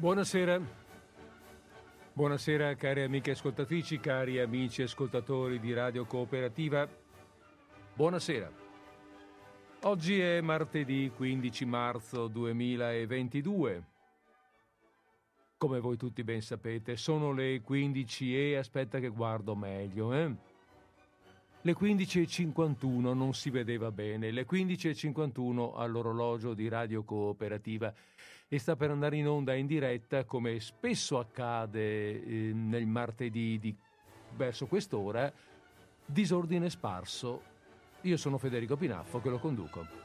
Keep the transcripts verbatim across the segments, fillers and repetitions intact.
Buonasera, buonasera cari amiche ascoltatrici, cari amici ascoltatori di Radio Cooperativa, buonasera. Oggi è martedì quindici marzo duemilaventidue. Come voi tutti ben sapete, sono le quindici e aspetta che guardo meglio, eh? Le quindici e cinquantuno, non si vedeva bene, le quindici e cinquantuno all'orologio di Radio Cooperativa e sta per andare in onda in diretta, come spesso accade eh, nel martedì di, verso quest'ora, Disordine Sparso. Io sono Federico Pinaffo che lo conduco.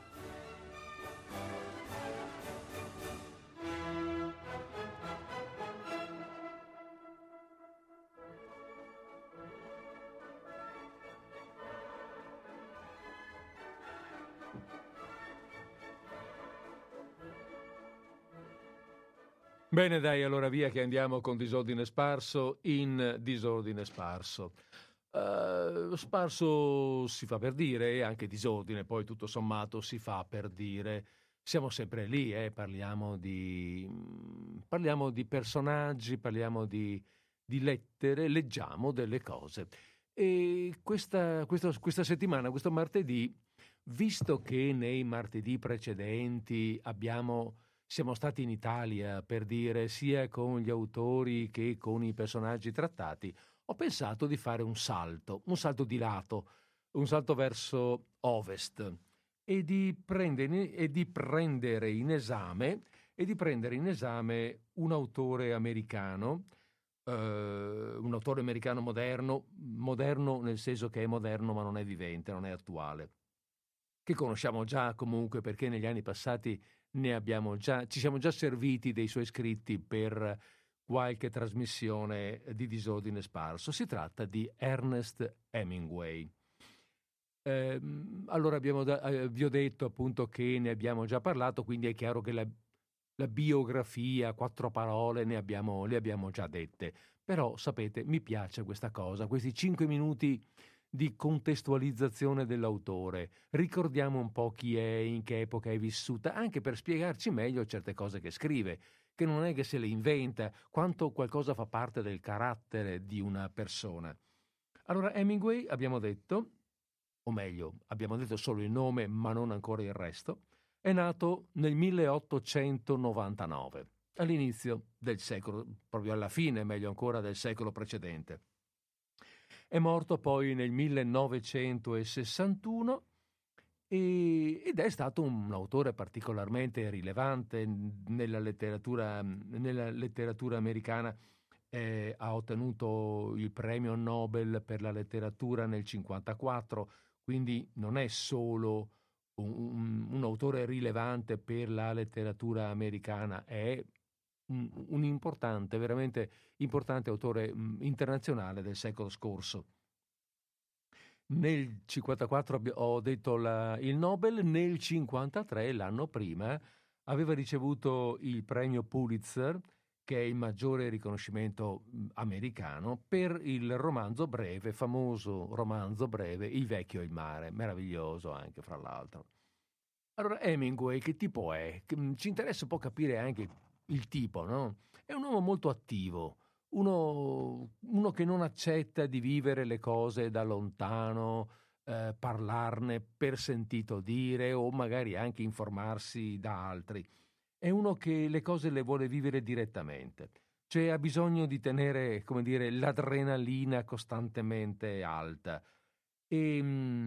Bene, dai, allora via che andiamo con Disordine Sparso in Disordine Sparso. Uh, sparso si fa per dire e anche disordine, poi tutto sommato si fa per dire. Siamo sempre lì, eh? parliamo, di, parliamo di personaggi, parliamo di, di lettere, leggiamo delle cose. E questa, questa, questa settimana, questo martedì, visto che nei martedì precedenti abbiamo... Siamo stati in Italia, per dire, sia con gli autori che con i personaggi trattati, ho pensato di fare un salto, un salto di lato, un salto verso ovest e di prendere, e di prendere in esame e di prendere in esame un autore americano, eh, un autore americano moderno, moderno nel senso che è moderno ma non è vivente, non è attuale, che conosciamo già comunque perché negli anni passati ne abbiamo già, ci siamo già serviti dei suoi scritti per qualche trasmissione di Disordine Sparso. Si tratta di Ernest Hemingway. Eh, allora abbiamo da, eh, vi ho detto appunto che ne abbiamo già parlato, quindi è chiaro che la, la biografia, quattro parole, ne abbiamo, le abbiamo già dette. Però sapete, mi piace questa cosa, questi cinque minuti di contestualizzazione dell'autore. Ricordiamo un po' chi è, in che epoca è vissuta, anche per spiegarci meglio certe cose che scrive, che non è che se le inventa, quanto qualcosa fa parte del carattere di una persona. Allora, Hemingway, abbiamo detto, o meglio, abbiamo detto solo il nome, ma non ancora il resto, è nato nel milleottocentonovantanove, all'inizio del secolo, proprio alla fine, meglio ancora, del secolo precedente. È morto poi nel millenovecentosessantuno e, ed è stato un autore particolarmente rilevante nella letteratura, nella letteratura americana. Eh, ha ottenuto il premio Nobel per la letteratura nel cinquantaquattro, quindi non è solo un, un, un autore rilevante per la letteratura americana, è un, un importante, veramente importante autore mh, internazionale del secolo scorso. Nel cinquantaquattro ho detto la, il Nobel, nel cinquantatré, l'anno prima, aveva ricevuto il premio Pulitzer, che è il maggiore riconoscimento americano, per il romanzo breve, famoso romanzo breve, Il vecchio e il mare, meraviglioso anche fra l'altro. Allora Hemingway che tipo è? Ci interessa un po' capire anche il tipo, no? È un uomo molto attivo, uno, uno che non accetta di vivere le cose da lontano, eh, parlarne per sentito dire o magari anche informarsi da altri. È uno che le cose le vuole vivere direttamente, cioè ha bisogno di tenere, come dire, l'adrenalina costantemente alta e,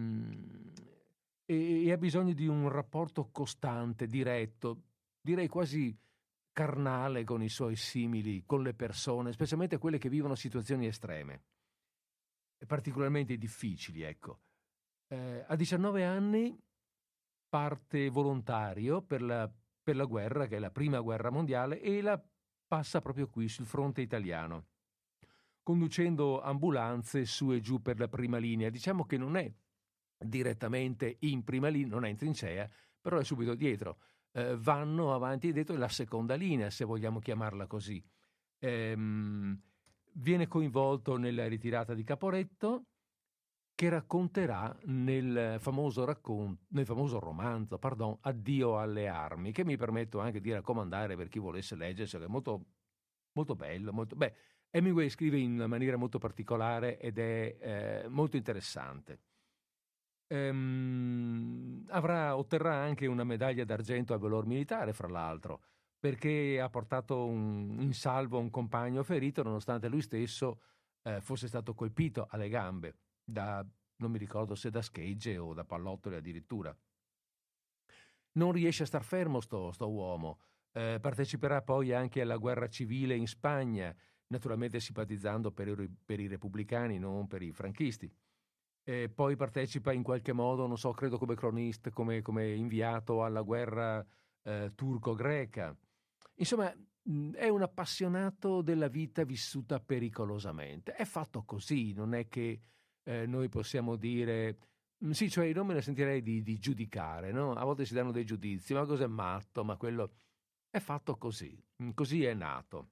e, e ha bisogno di un rapporto costante, diretto, direi quasi carnale con i suoi simili, con le persone, specialmente quelle che vivono situazioni estreme, particolarmente difficili, ecco. Eh, a diciannove anni parte volontario per la, per la guerra, che è la prima guerra mondiale, e la passa proprio qui, sul fronte italiano, conducendo ambulanze su e giù per la prima linea. Diciamo che non è direttamente in prima linea, non è in trincea, però è subito dietro. Eh, vanno avanti e dietro la seconda linea, se vogliamo chiamarla così. Ehm, viene coinvolto nella ritirata di Caporetto, che racconterà nel famoso, raccon- nel famoso romanzo, pardon, Addio alle armi, che mi permetto anche di raccomandare per chi volesse leggersi, che è molto, molto bello, molto... Beh, Hemingway scrive in una maniera molto particolare ed è eh, molto interessante. Ehm, avrà, otterrà anche una medaglia d'argento al valor militare, fra l'altro, perché ha portato un, in salvo un compagno ferito, nonostante lui stesso eh, fosse stato colpito alle gambe da, non mi ricordo se da schegge o da pallottole addirittura. Non riesce a star fermo sto, sto uomo, eh, parteciperà poi anche alla guerra civile in Spagna, naturalmente simpatizzando per i, per i repubblicani, non per i franchisti. E poi partecipa in qualche modo, non so, credo come cronista, come, come inviato alla guerra eh, turco-greca. Insomma, mh, è un appassionato della vita vissuta pericolosamente. È fatto così, non è che eh, noi possiamo dire... mh, Sì, cioè non me ne sentirei di, di giudicare, no? A volte si danno dei giudizi, ma cos'è matto? Ma quello è fatto così, mh, così è nato.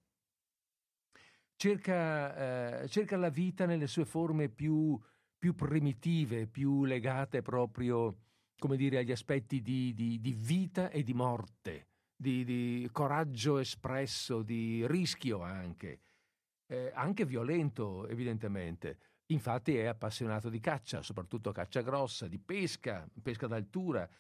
Cerca, eh, cerca la vita nelle sue forme più più primitive, più legate proprio, come dire, agli aspetti di, di, di vita e di morte, di, di coraggio espresso, di rischio anche, eh, anche violento evidentemente. Infatti è appassionato di caccia, soprattutto caccia grossa, di pesca, pesca d'altura,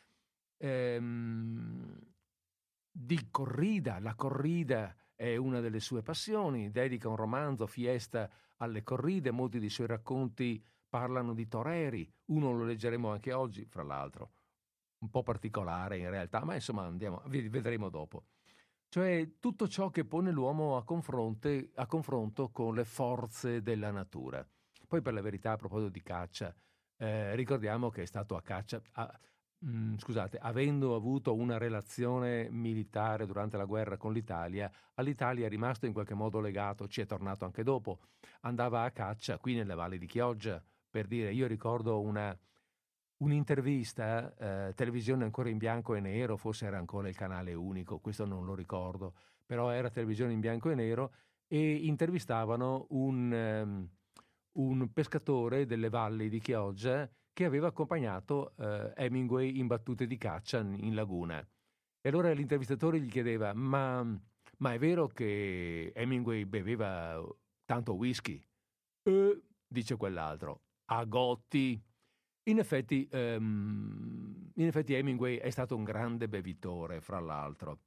ehm, di corrida. La corrida è una delle sue passioni, dedica un romanzo, Fiesta, alle corride, molti dei suoi racconti parlano di toreri, uno lo leggeremo anche oggi, fra l'altro, un po' particolare in realtà, ma insomma andiamo, vedremo dopo. Cioè tutto ciò che pone l'uomo a, confronte, a confronto con le forze della natura. Poi per la verità, a proposito di caccia, eh, ricordiamo che è stato a caccia, a, mh, scusate, avendo avuto una relazione militare durante la guerra con l'Italia, all'Italia è rimasto in qualche modo legato, ci è tornato anche dopo, andava a caccia qui nelle valli di Chioggia. Per dire, io ricordo una, un'intervista, eh, televisione ancora in bianco e nero, forse era ancora il canale unico, questo non lo ricordo, però era televisione in bianco e nero e intervistavano un, um, un pescatore delle valli di Chioggia che aveva accompagnato eh, Hemingway in battute di caccia in laguna. E allora l'intervistatore gli chiedeva, ma, ma è vero che Hemingway beveva tanto whisky? Eh, dice quell'altro. A gotti. In effetti, um, in effetti Hemingway è stato un grande bevitore, fra l'altro,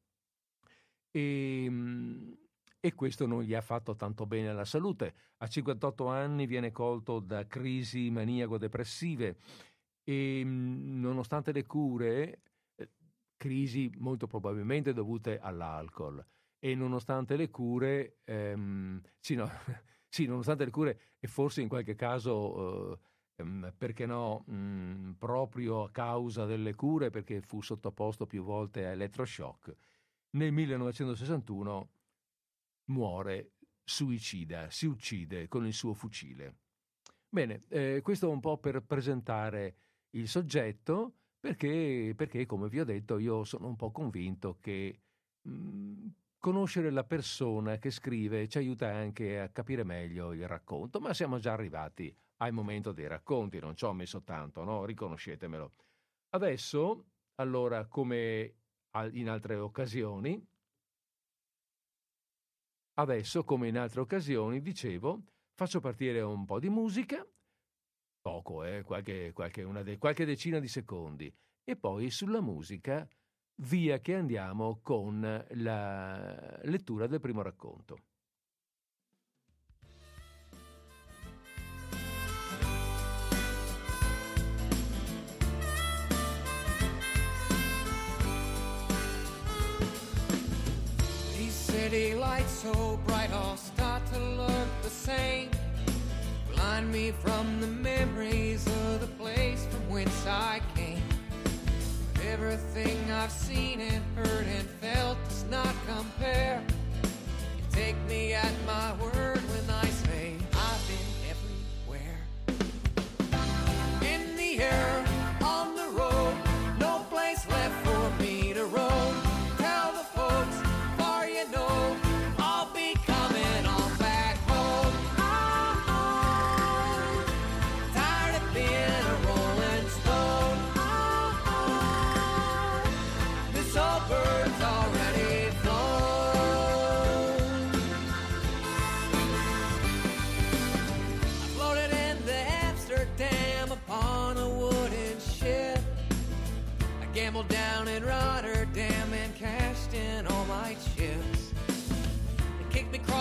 e, e questo non gli ha fatto tanto bene alla salute. A cinquantotto anni viene colto da crisi maniaco-depressive e nonostante le cure, crisi molto probabilmente dovute all'alcol, e nonostante le cure, ehm, sì, no, sì, nonostante le cure e forse in qualche caso, eh, ehm, perché no, mh, proprio a causa delle cure, perché fu sottoposto più volte a elettroshock, nel millenovecentosessantuno muore suicida, si uccide con il suo fucile. Bene, eh, questo un po' per presentare il soggetto, perché, perché come vi ho detto io sono un po' convinto che mh, conoscere la persona che scrive ci aiuta anche a capire meglio il racconto, ma siamo già arrivati al momento dei racconti, non ci ho messo tanto, no? Riconoscetemelo. Adesso, allora, come in altre occasioni, adesso, come in altre occasioni, dicevo, faccio partire un po' di musica, poco, eh, qualche, qualche, una de- qualche decina di secondi, e poi sulla musica via che andiamo con la lettura del primo racconto. These city lights so bright all start to look the same. Blind me from the memories of the place from whence I came. Everything I've seen and heard and felt does not compare. You take me at my word when I say I've been everywhere. In the air, on the road, no place left for me to roam. Tell the folks, far you know, I'll be coming on back home. Oh, oh, tired of being a rolling stone. Oh, oh, this old bird's already flown.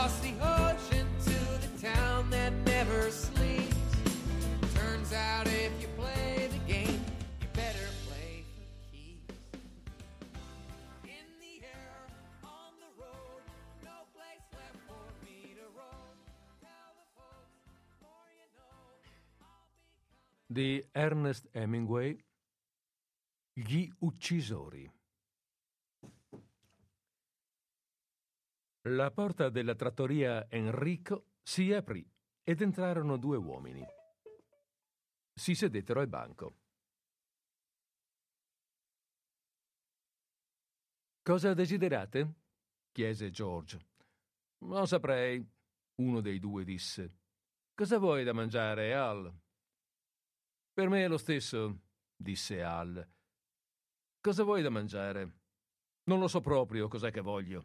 across the ocean to the town that never sleeps. Turns out if you play the game, you better play for keeps. In the air, on the road, no place left for me to roam. Tell the folks, more you know, I'll be coming. Di Ernest Hemingway, Gli uccisori. La porta della trattoria Enrico si aprì ed entrarono due uomini. Si sedettero al banco. «Cosa desiderate?» chiese George. «Non saprei», uno dei due disse. «Cosa vuoi da mangiare, Al?» «Per me è lo stesso», disse Al. «Cosa vuoi da mangiare?» «Non lo so proprio cos'è che voglio».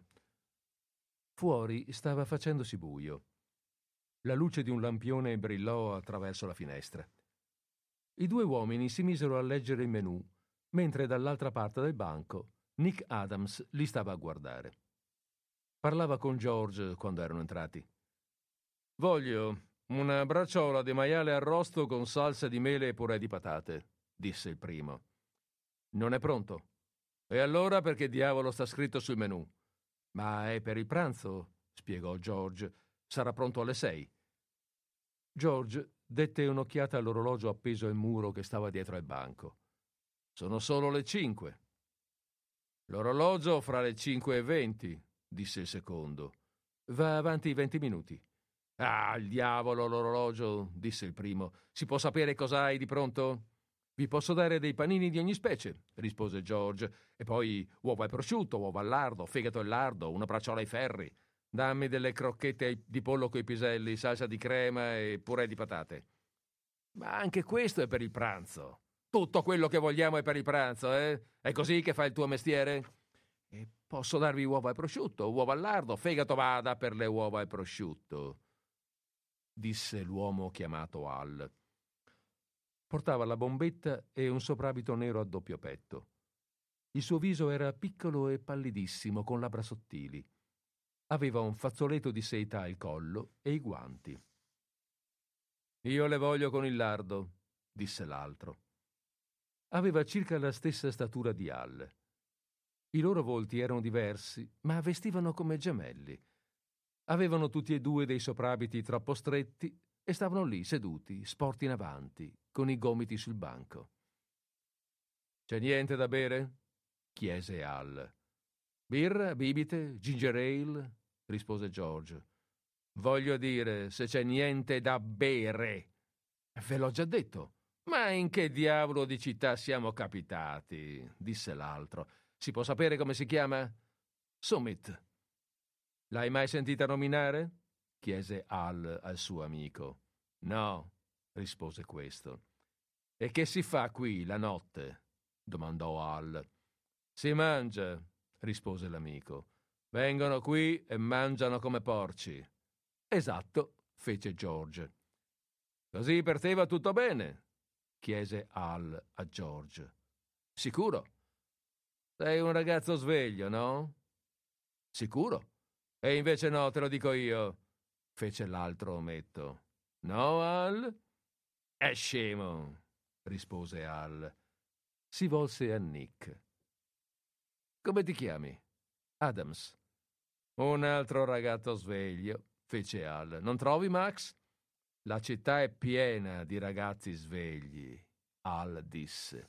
Fuori stava facendosi buio. La luce di un lampione brillò attraverso la finestra. I due uomini si misero a leggere il menù, mentre dall'altra parte del banco Nick Adams li stava a guardare. Parlava con George quando erano entrati. «Voglio una bracciola di maiale arrosto con salsa di mele e purè di patate», disse il primo. «Non è pronto». «E allora perché diavolo sta scritto sul menù?» «Ma è per il pranzo», spiegò George. «Sarà pronto alle sei». George dette un'occhiata all'orologio appeso al muro che stava dietro al banco. «Sono solo le cinque». «L'orologio fra le cinque e venti», disse il secondo. «Va avanti venti minuti». «Ah, il diavolo l'orologio», disse il primo. «Si può sapere cosa hai di pronto?» «Vi posso dare dei panini di ogni specie», rispose George. «E poi uova e prosciutto, uova al lardo, fegato e lardo, una bracciola ai ferri. Dammi delle crocchette di pollo coi piselli, salsa di crema e purè di patate». «Ma anche questo è per il pranzo». «Tutto quello che vogliamo è per il pranzo, eh? È così che fa il tuo mestiere?» «E posso darvi uova e prosciutto, uova al lardo, fegato vada per le uova e prosciutto», disse l'uomo chiamato Al. Portava la bombetta e un soprabito nero a doppio petto. Il suo viso era piccolo e pallidissimo, con labbra sottili. Aveva un fazzoletto di seta al collo e i guanti. «Io le voglio con il lardo», disse l'altro. Aveva circa la stessa statura di Al. I loro volti erano diversi, ma vestivano come gemelli. Avevano tutti e due dei soprabiti troppo stretti e stavano lì seduti, sporti in avanti, con i gomiti sul banco. «C'è niente da bere?» chiese Al. «Birra, bibite, ginger ale?» rispose George. «Voglio dire, se c'è niente da bere». «Ve l'ho già detto». «Ma in che diavolo di città siamo capitati?» disse l'altro. «Si può sapere come si chiama?» «Summit». «L'hai mai sentita nominare?» chiese Al al suo amico. «No», rispose questo. «E che si fa qui la notte?» domandò Al. «Si mangia», rispose l'amico. «Vengono qui e mangiano come porci». «Esatto», fece George. «Così per te va tutto bene?» chiese Al a George. «Sicuro?» «Sei un ragazzo sveglio, no?» «Sicuro?» «E invece no, te lo dico io», fece l'altro ometto. «No, Al?» «È scemo», rispose Al. Si volse a Nick. «Come ti chiami?» «Adams». «Un altro ragazzo sveglio», fece Al. «Non trovi, Max?» «La città è piena di ragazzi svegli», Al disse.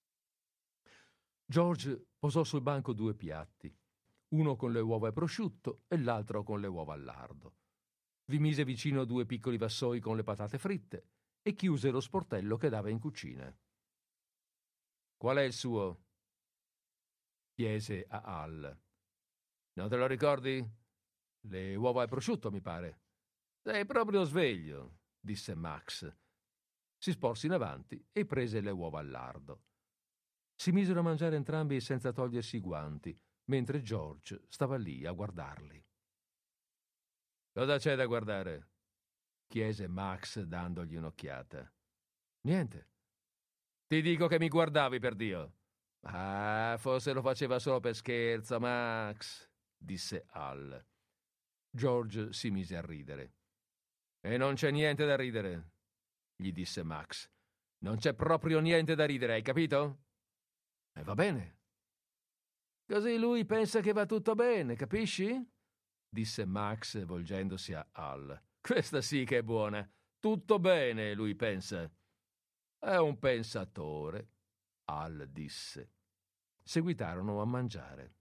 George posò sul banco due piatti, uno con le uova e prosciutto e l'altro con le uova al lardo. Vi mise vicino due piccoli vassoi con le patate fritte e chiuse lo sportello che dava in cucina. «Qual è il suo?» chiese a Al. «Non te lo ricordi?» «Le uova e prosciutto, mi pare». «Sei proprio sveglio», disse Max. Si sporse in avanti e prese le uova al lardo. Si misero a mangiare entrambi senza togliersi i guanti, mentre George stava lì a guardarli. «Cosa c'è da guardare?» chiese Max dandogli un'occhiata. «Niente». «Ti dico che mi guardavi, per Dio». «Ah, forse lo faceva solo per scherzo, Max», disse Al. George si mise a ridere. «E non c'è niente da ridere», gli disse Max. «Non c'è proprio niente da ridere, hai capito?» «E va bene». «Così lui pensa che va tutto bene, capisci?» disse Max volgendosi a Al. «Questa sì che è buona. Tutto bene, lui pensa». «È un pensatore», Al disse. Seguitarono a mangiare.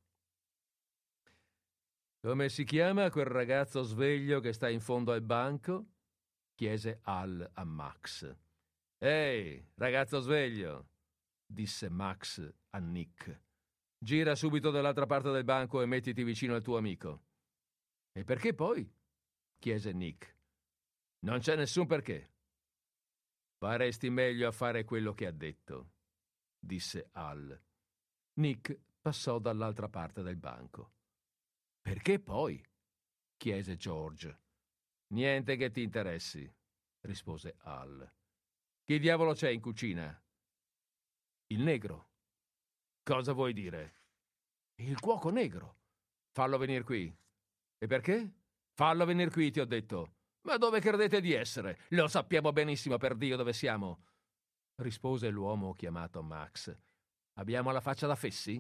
«Come si chiama quel ragazzo sveglio che sta in fondo al banco?» chiese Al a Max. «Ehi, ragazzo sveglio», disse Max a Nick. «Gira subito dall'altra parte del banco e mettiti vicino al tuo amico». «E perché poi?» chiese Nick. «Non c'è nessun perché». «Faresti meglio a fare quello che ha detto», disse Al. Nick passò dall'altra parte del banco. «Perché poi?» chiese George. «Niente che ti interessi», rispose Al. «Chi diavolo c'è in cucina?» «Il negro». «Cosa vuoi dire?» «Il cuoco negro». «Fallo venire qui». «E perché?» «Fallo venire qui, ti ho detto». «Ma dove credete di essere? Lo sappiamo benissimo, per Dio, dove siamo», rispose l'uomo chiamato Max. «Abbiamo la faccia da fessi?»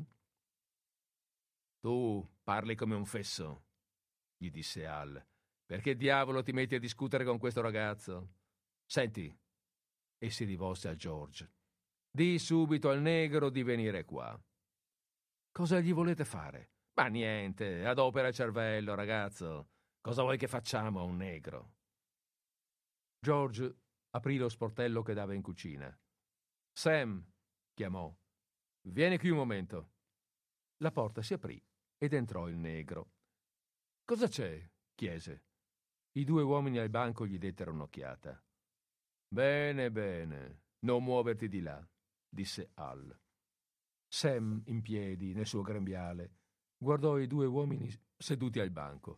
«Tu parli come un fesso», gli disse Al. «Perché diavolo ti metti a discutere con questo ragazzo?» «Senti», e si rivolse a George, «di subito al negro di venire qua». «Cosa gli volete fare?» «Ma niente, adopera il cervello, ragazzo. Cosa vuoi che facciamo a un negro?» George aprì lo sportello che dava in cucina. «Sam», chiamò, «vieni qui un momento». La porta si aprì ed entrò il negro. «Cosa c'è?» chiese. I due uomini al banco gli dettero un'occhiata. «Bene, bene, non muoverti di là», disse Al. Sam, in piedi, nel suo grembiale, guardò i due uomini seduti al banco.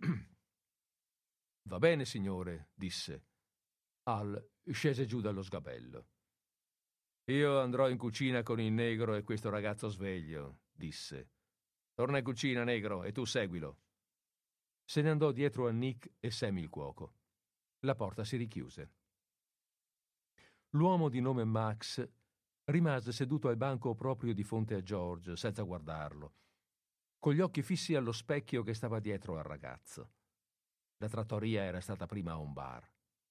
«Va bene, signore», disse. Al scese giù dallo sgabello. «Io andrò in cucina con il negro e questo ragazzo sveglio», disse. «Torna in cucina, negro, e tu seguilo». Se ne andò dietro a Nick e Sam il cuoco. La porta si richiuse. L'uomo di nome Max rimase seduto al banco proprio di fronte a George, senza guardarlo, con gli occhi fissi allo specchio che stava dietro al ragazzo. La trattoria era stata prima un bar.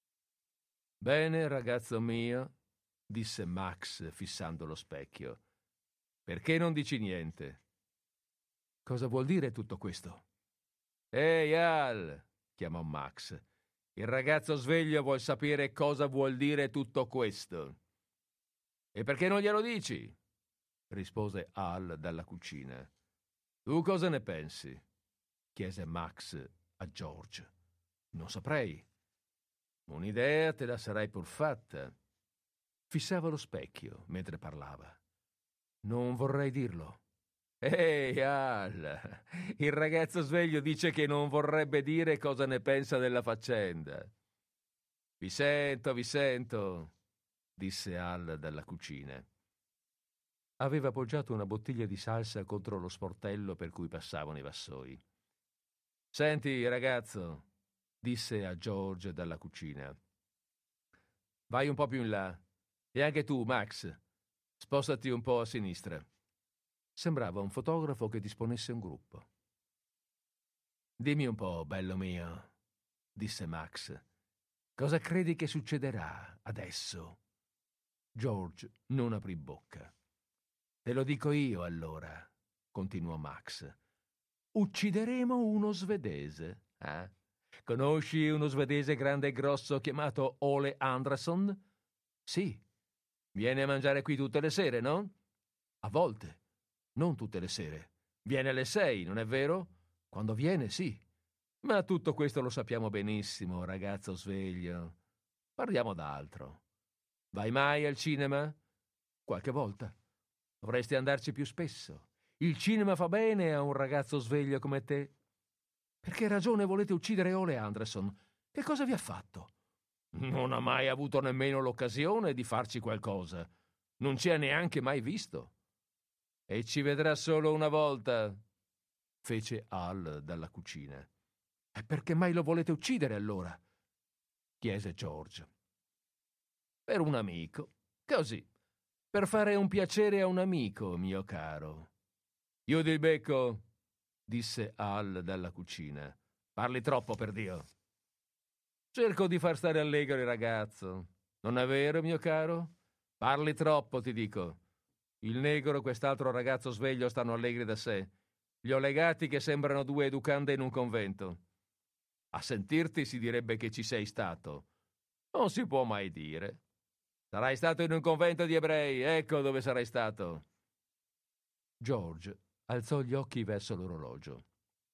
«Bene, ragazzo mio», disse Max fissando lo specchio. «Perché non dici niente?» «Cosa vuol dire tutto questo?» «Ehi, Al», chiamò Max. «Il ragazzo sveglio vuol sapere cosa vuol dire tutto questo». «E perché non glielo dici?» rispose Al dalla cucina. «Tu cosa ne pensi?» chiese Max a George. «Non saprei». «Un'idea te la sarai pur fatta». Fissava lo specchio mentre parlava. «Non vorrei dirlo». «Ehi, Al, il ragazzo sveglio dice che non vorrebbe dire cosa ne pensa della faccenda». «Vi sento, vi sento», disse Al dalla cucina. Aveva appoggiato una bottiglia di salsa contro lo sportello per cui passavano i vassoi. «Senti, ragazzo», disse a George dalla cucina, «vai un po' più in là. E anche tu, Max, spostati un po' a sinistra». Sembrava un fotografo che disponesse un gruppo. «Dimmi un po', bello mio», disse Max, «cosa credi che succederà adesso?» George non aprì bocca. «Te lo dico io, allora», continuò Max. «Uccideremo uno svedese, eh? Conosci uno svedese grande e grosso chiamato Ole Anderson?» «Sì. Viene a mangiare qui tutte le sere, no?» «A volte. Non tutte le sere. Viene alle sei, non è vero?» «Quando viene, sì. Ma tutto questo lo sappiamo benissimo, ragazzo sveglio. Parliamo d'altro. Vai mai al cinema?» «Qualche volta. Dovresti andarci più spesso. Il cinema fa bene a un ragazzo sveglio come te». «Per che ragione volete uccidere Ole Anderson? Che cosa vi ha fatto?» «Non ha mai avuto nemmeno l'occasione di farci qualcosa. Non ci ha neanche mai visto». «E ci vedrà solo una volta», fece Al dalla cucina. E perché mai lo volete uccidere allora? Chiese George. Per un amico. Così. Per fare un piacere a un amico, mio caro. Chiudi il becco, disse Al dalla cucina. Parli troppo, per Dio. Cerco di far stare allegro il ragazzo. Non è vero, mio caro? Parli troppo, ti dico. Il negro e quest'altro ragazzo sveglio stanno allegri da sé. Li ho legati che sembrano due educande in un convento. A sentirti si direbbe che ci sei stato. Non si può mai dire. Sarai stato in un convento di ebrei, ecco dove sarai stato. George alzò gli occhi verso l'orologio.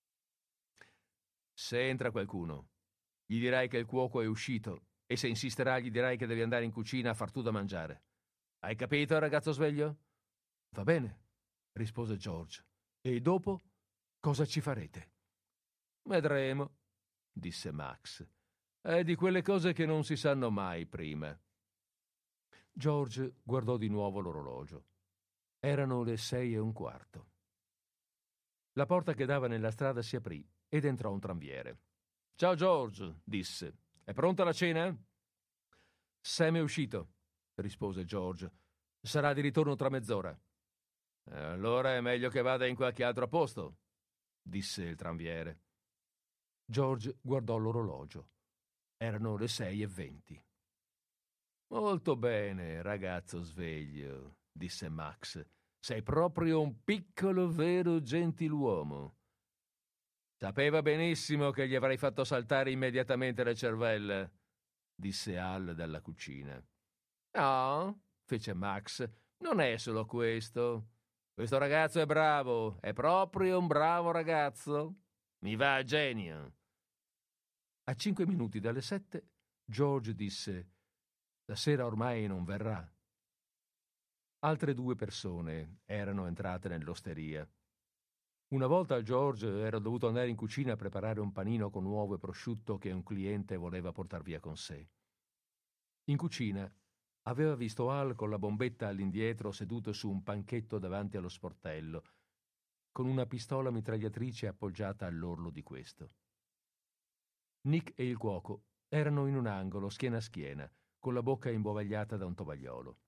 Se entra qualcuno, gli dirai che il cuoco è uscito e se insisterà gli dirai che devi andare in cucina a far tu da mangiare. Hai capito, ragazzo sveglio? Va bene, rispose George. E dopo cosa ci farete? Vedremo, disse Max. È di quelle cose che non si sanno mai prima. George guardò di nuovo l'orologio. Erano le sei e un quarto. La porta che dava nella strada si aprì ed entrò un tranviere. Ciao George, disse. È pronta la cena? Sam è uscito, rispose George. Sarà di ritorno tra mezz'ora. Allora è meglio che vada in qualche altro posto, disse il tranviere. George guardò l'orologio. Erano le sei e venti. Molto bene, ragazzo sveglio, disse Max. Sei proprio un piccolo vero gentiluomo. Sapeva benissimo che gli avrei fatto saltare immediatamente le cervelle, disse Al dalla cucina. No, fece Max, non è solo questo. Questo ragazzo è bravo, è proprio un bravo ragazzo. Mi va a genio. A cinque minuti dalle sette, George disse: la sera ormai non verrà. Altre due persone erano entrate nell'osteria. Una volta George era dovuto andare in cucina a preparare un panino con uovo e prosciutto che un cliente voleva portar via con sé. In cucina aveva visto Al con la bombetta all'indietro seduto su un panchetto davanti allo sportello, con una pistola mitragliatrice appoggiata all'orlo di questo. Nick e il cuoco erano in un angolo, schiena a schiena, con la bocca imbovagliata da un tovagliolo.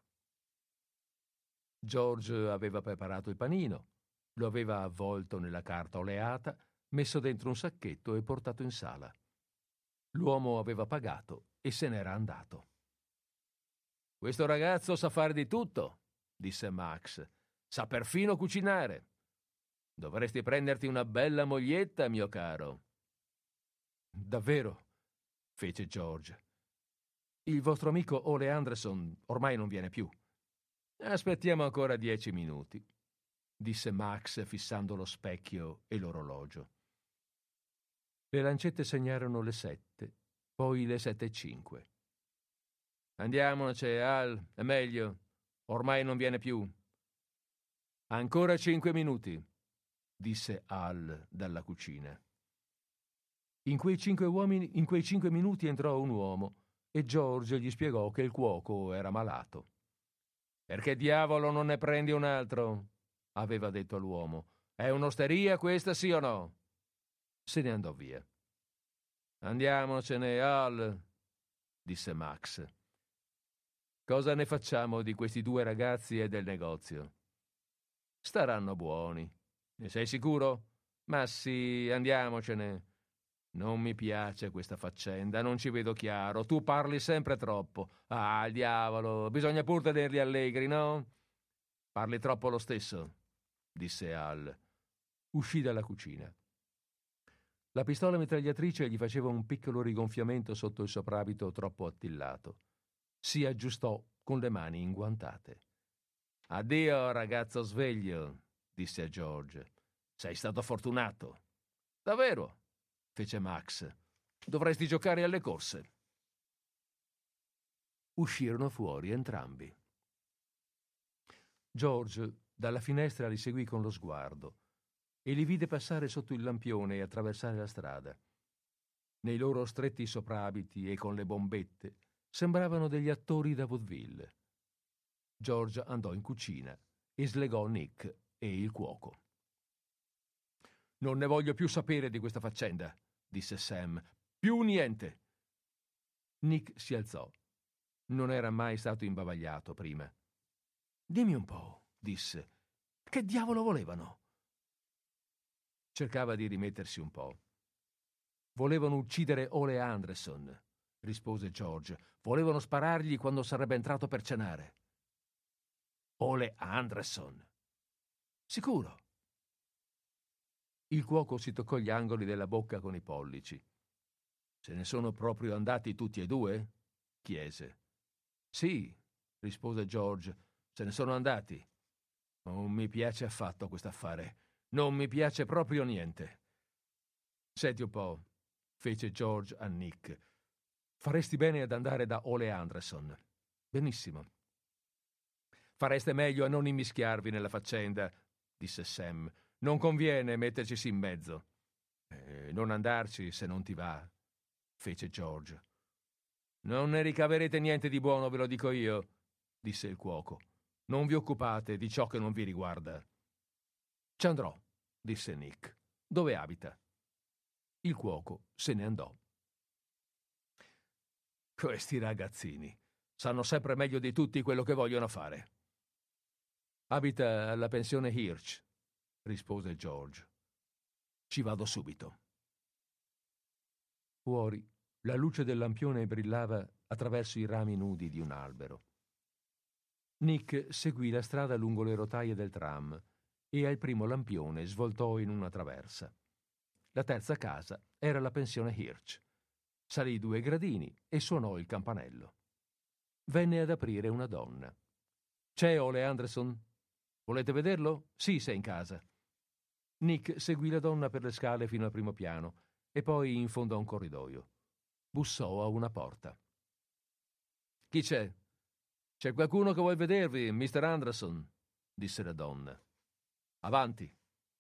George aveva preparato il panino, lo aveva avvolto nella carta oleata, messo dentro un sacchetto e portato in sala. L'uomo aveva pagato e se n'era andato. Questo ragazzo sa fare di tutto, disse Max. Sa perfino cucinare. Dovresti prenderti una bella moglietta, mio caro. Davvero? Fece George. Il vostro amico Ole Anderson ormai non viene più. Aspettiamo ancora dieci minuti, disse Max fissando lo specchio e l'orologio. Le lancette segnarono le sette, poi le sette e cinque. Andiamoci, Al, è meglio. Ormai non viene più. Ancora cinque minuti, disse Al dalla cucina. In quei cinque uomini, in quei cinque minuti entrò un uomo e George gli spiegò che il cuoco era malato. Perché diavolo non ne prendi un altro? Aveva detto all'uomo. È un'osteria questa, sì o no? Se ne andò via. Andiamocene, Al, disse Max. Cosa ne facciamo di questi due ragazzi e del negozio? Staranno buoni. Ne sei sicuro? Ma sì, andiamocene. Non mi piace questa faccenda, non ci vedo chiaro. Tu parli sempre troppo. Ah, il diavolo, bisogna pur tenerli allegri, no? Parli troppo lo stesso, disse Al. Uscì dalla cucina. La pistola mitragliatrice gli faceva un piccolo rigonfiamento sotto il soprabito troppo attillato. Si aggiustò con le mani inguantate. Addio, ragazzo sveglio, disse a George. Sei stato fortunato. Davvero? Fece Max. Dovresti giocare alle corse. Uscirono fuori entrambi. George dalla finestra li seguì con lo sguardo e li vide passare sotto il lampione e attraversare la strada. Nei loro stretti soprabiti e con le bombette sembravano degli attori da vaudeville. George andò in cucina e slegò Nick e il cuoco. Non ne voglio più sapere di questa faccenda, disse Sam. Più niente. Nick si alzò. Non era mai stato imbavagliato prima. Dimmi un po', disse. Che diavolo volevano? Cercava di rimettersi un po'. Volevano uccidere Ole Anderson, rispose George. Volevano sparargli quando sarebbe entrato per cenare. Ole Anderson? Sicuro. Il cuoco si toccò gli angoli della bocca con i pollici. Se ne sono proprio andati tutti e due? Chiese. Sì, rispose George, se ne sono andati. Non mi piace affatto quest'affare. Non mi piace proprio niente. Senti un po', fece George a Nick. Faresti bene ad andare da Ole Anderson. Benissimo. Fareste meglio a non immischiarvi nella faccenda, disse Sam. Non conviene metterci in mezzo. Eh, non andarci se non ti va, fece George. Non ne ricaverete niente di buono, ve lo dico io, disse il cuoco. Non vi occupate di ciò che non vi riguarda. Ci andrò, disse Nick. Dove abita? Il cuoco se ne andò. Questi ragazzini sanno sempre meglio di tutti quello che vogliono fare. Abita alla pensione Hirsch, rispose George. Ci vado subito. Fuori, la luce del lampione brillava attraverso i rami nudi di un albero. Nick seguì la strada lungo le rotaie del tram e al primo lampione svoltò in una traversa. La terza casa era la pensione Hirsch. Salì due gradini e suonò il campanello. Venne ad aprire una donna. C'è Ole Anderson? Volete vederlo? Sì, sei in casa. Nick seguì la donna per le scale fino al primo piano e poi in fondo a un corridoio. Bussò a una porta. Chi c'è? C'è qualcuno che vuol vedervi, mister Anderson, disse la donna. Avanti.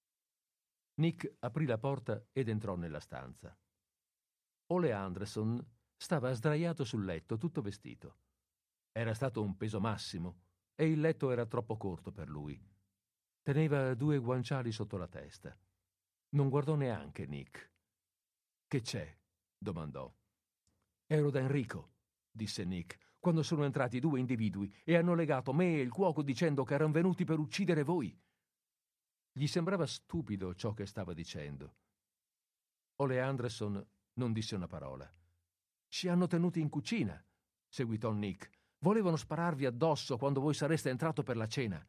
Nick aprì la porta ed entrò nella stanza. Ole Anderson stava sdraiato sul letto, tutto vestito. Era stato un peso massimo e il letto era troppo corto per lui. Teneva due guanciali sotto la testa. Non guardò neanche Nick. Che c'è? Domandò. Ero da Enrico, disse Nick, quando sono entrati due individui e hanno legato me e il cuoco dicendo che erano venuti per uccidere voi. Gli sembrava stupido ciò che stava dicendo. Ole Anderson non disse una parola. Ci hanno tenuti in cucina, seguitò Nick. Volevano spararvi addosso quando voi sareste entrato per la cena.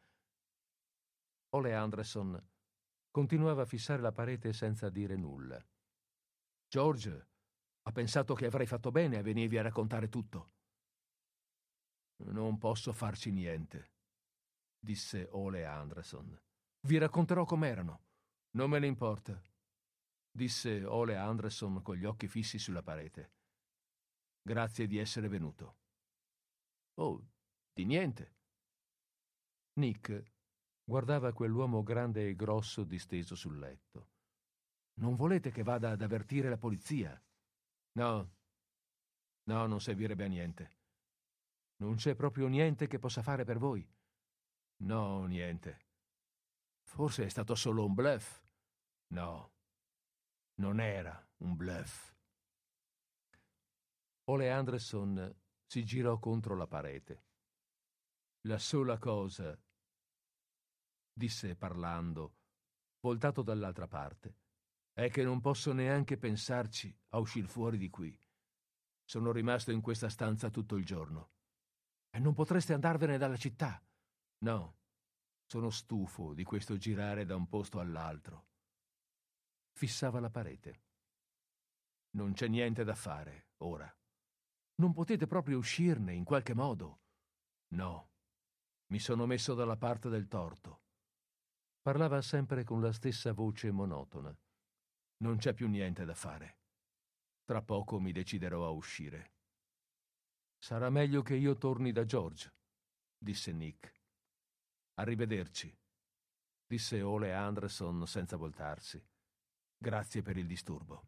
Ole Anderson continuava a fissare la parete senza dire nulla. George ha pensato che avrei fatto bene a venirvi a raccontare tutto. Non posso farci niente, disse Ole Anderson. Vi racconterò com'erano. Non me ne importa, disse Ole Anderson con gli occhi fissi sulla parete. Grazie di essere venuto. Oh, di niente. Nick guardava quell'uomo grande e grosso disteso sul letto. Non volete che vada ad avvertire la polizia? No, no, non servirebbe a niente. Non c'è proprio niente che possa fare per voi? No, niente. Forse è stato solo un bluff. No, non era un bluff. Ole Anderson si girò contro la parete. La sola cosa, disse parlando, voltato dall'altra parte, è che non posso neanche pensarci a uscir fuori di qui. Sono rimasto in questa stanza tutto il giorno. E non potreste andarvene dalla città? No, sono stufo di questo girare da un posto all'altro. Fissava la parete. Non c'è niente da fare, ora. Non potete proprio uscirne in qualche modo? No, mi sono messo dalla parte del torto. Parlava sempre con la stessa voce monotona. Non c'è più niente da fare. Tra poco mi deciderò a uscire. Sarà meglio che io torni da George, disse Nick. Arrivederci, disse Ole Anderson senza voltarsi. Grazie per il disturbo.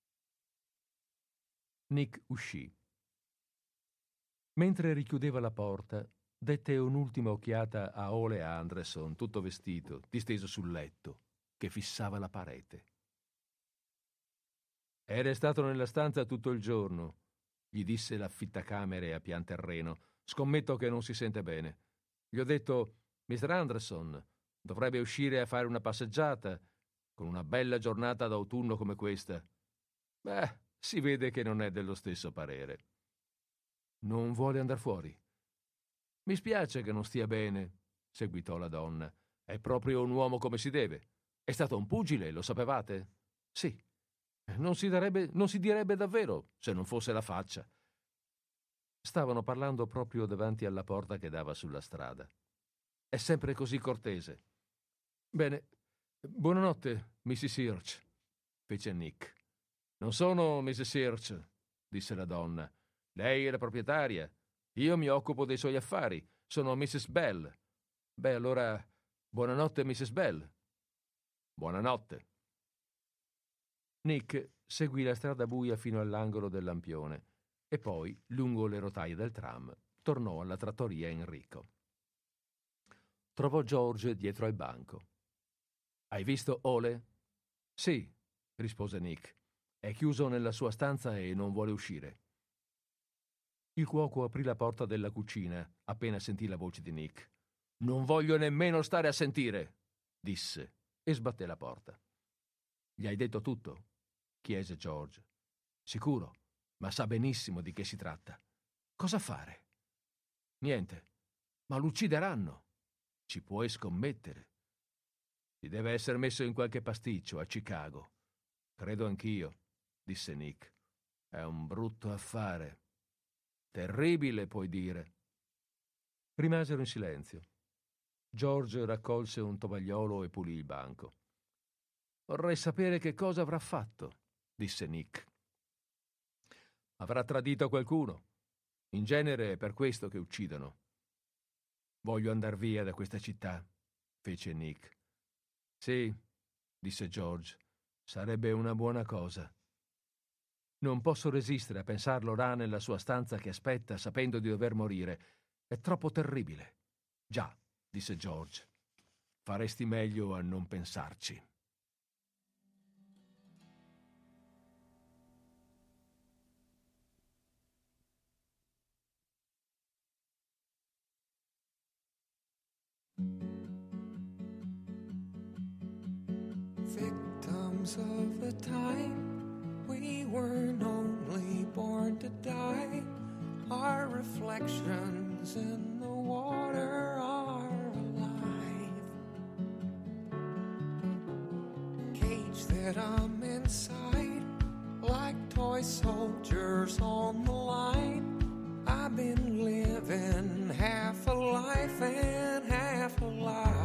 Nick uscì. Mentre richiudeva la porta, dette un'ultima occhiata a Ole Anderson, tutto vestito, disteso sul letto, che fissava la parete. È restato nella stanza tutto il giorno, gli disse l'affittacamere a pian terreno. Scommetto che non si sente bene. Gli ho detto: mister Anderson, dovrebbe uscire a fare una passeggiata con una bella giornata d'autunno come questa. Beh, si vede che non è dello stesso parere. Non vuole andar fuori? Mi spiace che non stia bene, seguitò la donna. È proprio un uomo come si deve. È stato un pugile, lo sapevate? Sì. Non si darebbe, non si direbbe davvero se non fosse la faccia. Stavano parlando proprio davanti alla porta che dava sulla strada. È sempre così cortese. Bene, buonanotte, missus Hirsch, fece Nick. Non sono missus Hirsch, disse la donna. Lei è la proprietaria. Io mi occupo dei suoi affari. Sono missus Bell. Beh, allora, buonanotte, missus Bell. Buonanotte. Nick seguì la strada buia fino all'angolo del lampione e poi, lungo le rotaie del tram, tornò alla trattoria Enrico. Trovò George dietro al banco. Hai visto Ole? Sì, rispose Nick. È chiuso nella sua stanza e non vuole uscire. Il cuoco aprì la porta della cucina appena sentì la voce di Nick. Non voglio nemmeno stare a sentire, disse e sbatté la porta. Gli hai detto tutto? Chiese George. Sicuro, ma sa benissimo di che si tratta. Cosa fare? Niente, ma lo uccideranno. Ci puoi scommettere. Si deve essere messo in qualche pasticcio a Chicago. Credo anch'io, disse Nick. È un brutto affare. Terribile, puoi dire. Rimasero in silenzio. George raccolse un tovagliolo e pulì il banco. Vorrei sapere che cosa avrà fatto, disse Nick. Avrà tradito qualcuno. In genere è per questo che uccidono. Voglio andar via da questa città, fece Nick. Sì, disse George, sarebbe una buona cosa. Non posso resistere a pensarlo là nella sua stanza che aspetta, sapendo di dover morire. È troppo terribile. Già, disse George. Faresti meglio a non pensarci. Victims of the time, we weren't only born to die. Our reflections in the water are alive. Cage that I'm inside, like toy soldiers on the line. I've been living half a life and half a lie.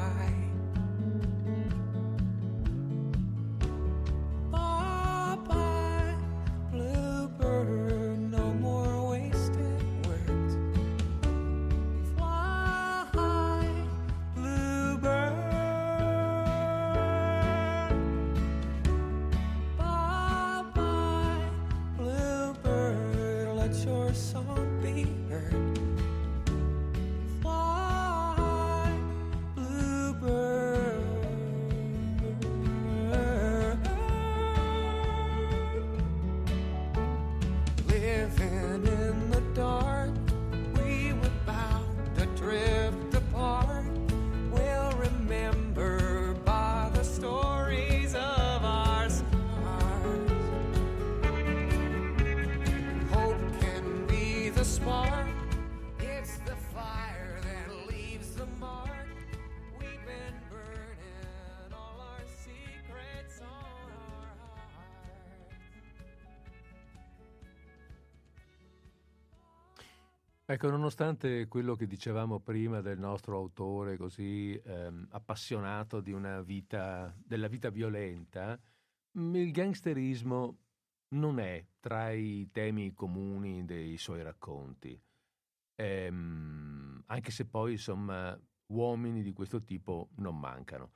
Ecco, nonostante quello che dicevamo prima del nostro autore così ehm, appassionato di una vita, della vita violenta, il gangsterismo non è tra i temi comuni dei suoi racconti, ehm, anche se poi, insomma, uomini di questo tipo non mancano.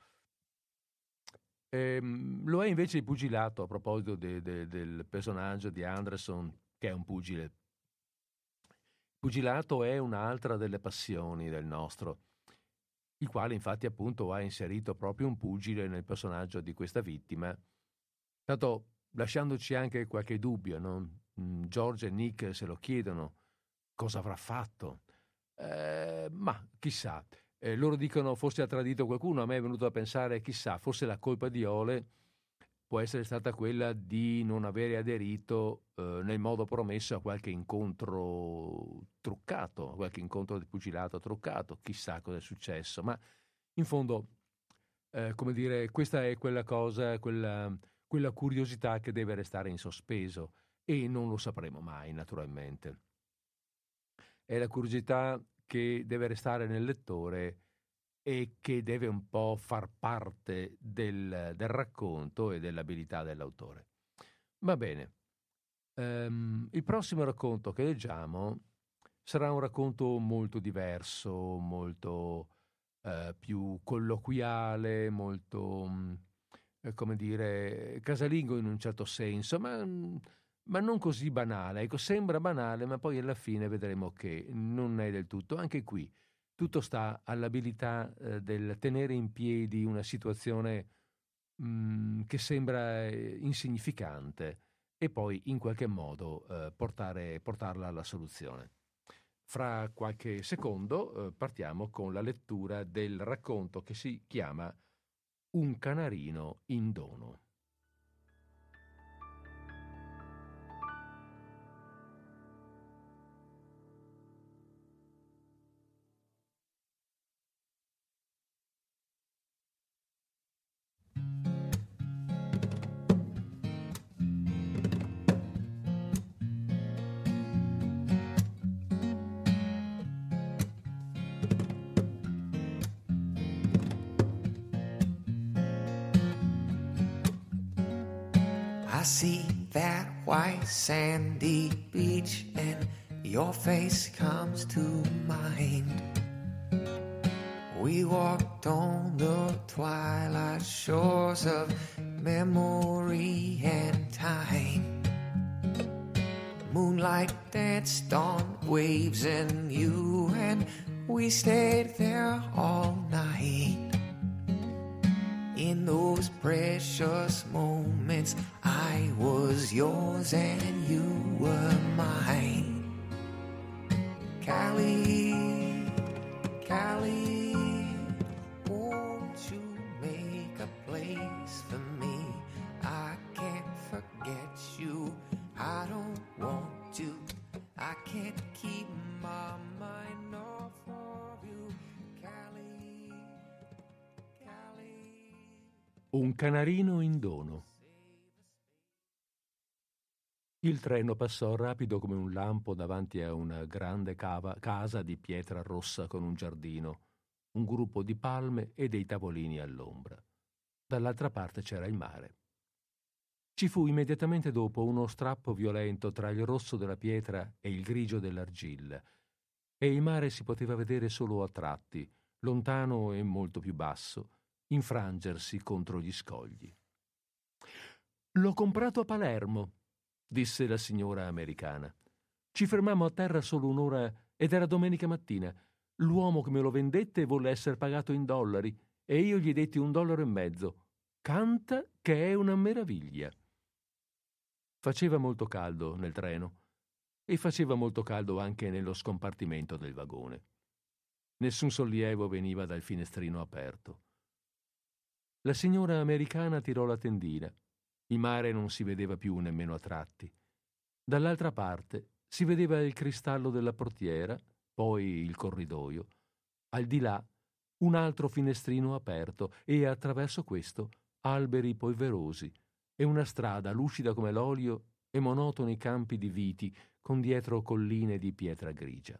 Ehm, lo è invece il pugilato, a proposito de, de, del personaggio di Anderson, che è un pugile. Il pugilato è un'altra delle passioni del nostro, il quale infatti appunto ha inserito proprio un pugile nel personaggio di questa vittima. Tanto lasciandoci anche qualche dubbio, no? George e Nick se lo chiedono cosa avrà fatto, eh, ma chissà, eh, loro dicono forse ha tradito qualcuno. A me è venuto a pensare, chissà, forse la colpa di Ole può essere stata quella di non avere aderito eh, nel modo promesso a qualche incontro truccato, a qualche incontro di pugilato truccato, chissà cosa è successo, ma in fondo, eh, come dire, questa è quella cosa, quella, quella curiosità che deve restare in sospeso, e non lo sapremo mai, naturalmente. È la curiosità che deve restare nel lettore e che deve un po' far parte del, del racconto e dell'abilità dell'autore. Va bene. Um, il prossimo racconto che leggiamo sarà un racconto molto diverso, molto uh, più colloquiale, molto, um, come dire, casalingo in un certo senso, ma... Um, ma non così banale. Ecco, sembra banale, ma poi alla fine vedremo che non è del tutto. Anche qui tutto sta all'abilità eh, del tenere in piedi una situazione mh, che sembra eh, insignificante e poi in qualche modo eh, portare, portarla alla soluzione. Fra qualche secondo eh, partiamo con la lettura del racconto che si chiama Un canarino in dono. I see that white sandy beach and your face comes to mind. We walked on the twilight shores of memory and time. Moonlight danced on waves and you and we stayed there all night. In those precious moments, I was yours and you were mine. Callie, Callie, won't you make a place for me? I can't forget you, I don't want to. I can't keep my mind off of you. Callie, Callie. Un canarino in dono. Il treno passò rapido come un lampo davanti a una grande cava, casa di pietra rossa con un giardino, un gruppo di palme e dei tavolini all'ombra. Dall'altra parte c'era il mare. Ci fu immediatamente dopo uno strappo violento tra il rosso della pietra e il grigio dell'argilla, e il mare si poteva vedere solo a tratti, lontano e molto più basso, infrangersi contro gli scogli. «L'ho comprato a Palermo», disse la signora americana. «Ci fermammo a terra solo un'ora ed era domenica mattina. L'uomo che me lo vendette volle essere pagato in dollari e io gli detti un dollaro e mezzo. Canta che è una meraviglia». Faceva molto caldo nel treno e faceva molto caldo anche nello scompartimento del vagone. Nessun sollievo veniva dal finestrino aperto. La signora americana tirò la tendina. Il mare non si vedeva più nemmeno a tratti. Dall'altra parte si vedeva il cristallo della portiera, poi il corridoio. Al di là un altro finestrino aperto e attraverso questo alberi polverosi e una strada lucida come l'olio e monotoni campi di viti con dietro colline di pietra grigia.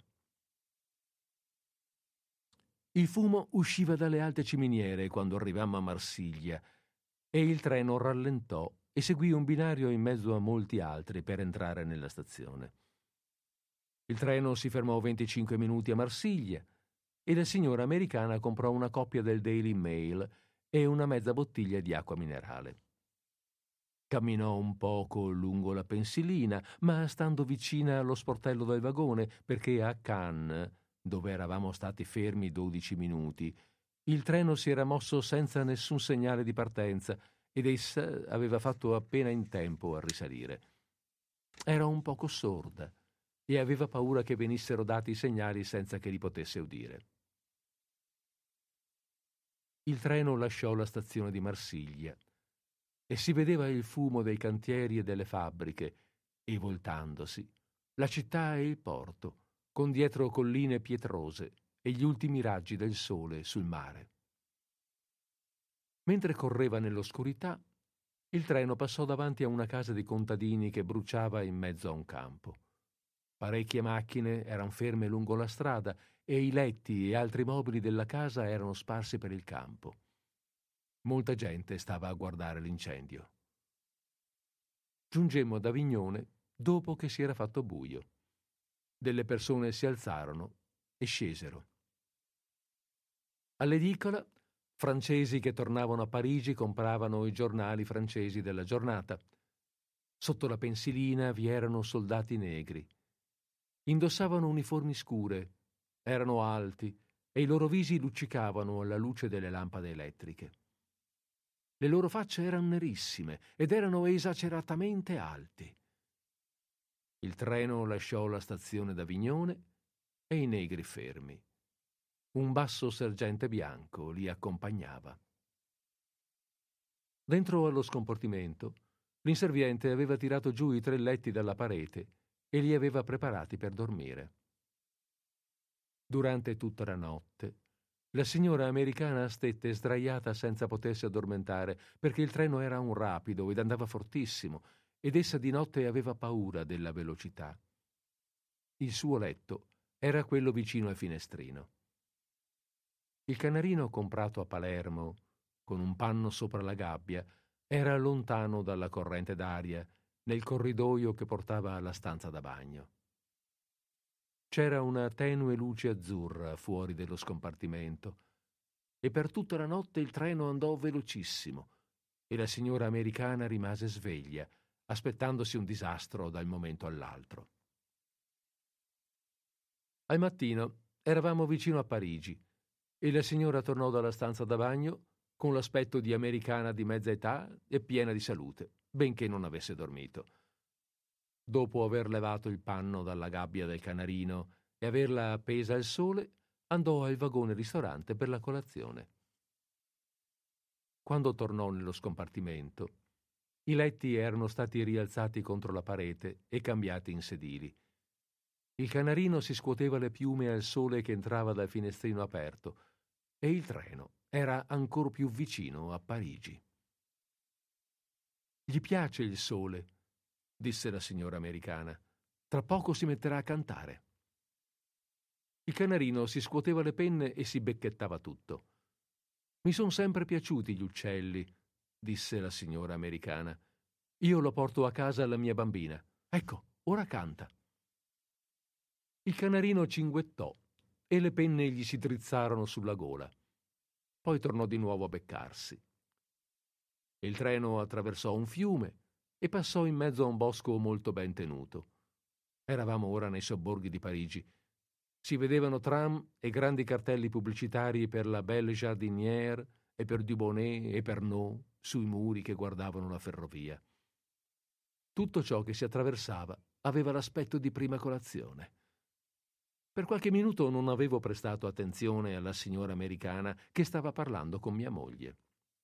Il fumo usciva dalle alte ciminiere quando arrivammo a Marsiglia e il treno rallentò e seguì un binario in mezzo a molti altri per entrare nella stazione. Il treno si fermò venticinque minuti a Marsiglia e la signora americana comprò una copia del Daily Mail e una mezza bottiglia di acqua minerale. Camminò un poco lungo la pensilina, ma stando vicina allo sportello del vagone, perché a Cannes, dove eravamo stati fermi dodici minuti, il treno si era mosso senza nessun segnale di partenza ed essa aveva fatto appena in tempo a risalire. Era un poco sorda e aveva paura che venissero dati i segnali senza che li potesse udire. Il treno lasciò la stazione di Marsiglia e si vedeva il fumo dei cantieri e delle fabbriche e, voltandosi, la città e il porto, con dietro colline pietrose e gli ultimi raggi del sole sul mare. Mentre correva nell'oscurità, il treno passò davanti a una casa di contadini che bruciava in mezzo a un campo. Parecchie macchine erano ferme lungo la strada e i letti e altri mobili della casa erano sparsi per il campo. Molta gente stava a guardare l'incendio. Giungemmo ad Avignone dopo che si era fatto buio. Delle persone si alzarono e scesero. All'edicola, francesi che tornavano a Parigi compravano i giornali francesi della giornata. Sotto la pensilina vi erano soldati negri. Indossavano uniformi scure, erano alti e i loro visi luccicavano alla luce delle lampade elettriche. Le loro facce erano nerissime ed erano esageratamente alti. Il treno lasciò la stazione d'Avignone e i negri fermi. Un basso sergente bianco li accompagnava. Dentro allo scompartimento, l'inserviente aveva tirato giù i tre letti dalla parete e li aveva preparati per dormire. Durante tutta la notte, la signora americana stette sdraiata senza potersi addormentare perché il treno era un rapido ed andava fortissimo ed essa di notte aveva paura della velocità. Il suo letto era quello vicino al finestrino. Il canarino comprato a Palermo, con un panno sopra la gabbia, era lontano dalla corrente d'aria, nel corridoio che portava alla stanza da bagno. C'era una tenue luce azzurra fuori dello scompartimento e per tutta la notte il treno andò velocissimo e la signora americana rimase sveglia, aspettandosi un disastro dal momento all'altro. Al mattino eravamo vicino a Parigi e la signora tornò dalla stanza da bagno con l'aspetto di americana di mezza età e piena di salute, benché non avesse dormito. Dopo aver levato il panno dalla gabbia del canarino e averla appesa al sole, andò al vagone ristorante per la colazione. Quando tornò nello scompartimento, i letti erano stati rialzati contro la parete e cambiati in sedili. Il canarino si scuoteva le piume al sole che entrava dal finestrino aperto e il treno era ancor più vicino a Parigi. «Gli piace il sole», disse la signora americana. «Tra poco si metterà a cantare». Il canarino si scuoteva le penne e si becchettava tutto. «Mi son sempre piaciuti gli uccelli», disse la signora americana. «Io lo porto a casa alla mia bambina. Ecco, ora canta». Il canarino cinguettò e le penne gli si drizzarono sulla gola. Poi tornò di nuovo a beccarsi. Il treno attraversò un fiume e passò in mezzo a un bosco molto ben tenuto. Eravamo ora nei sobborghi di Parigi. Si vedevano tram e grandi cartelli pubblicitari per la Belle Jardinière e per Dubonnet e Pernod sui muri che guardavano la ferrovia. Tutto ciò che si attraversava aveva l'aspetto di prima colazione. Per qualche minuto non avevo prestato attenzione alla signora americana che stava parlando con mia moglie.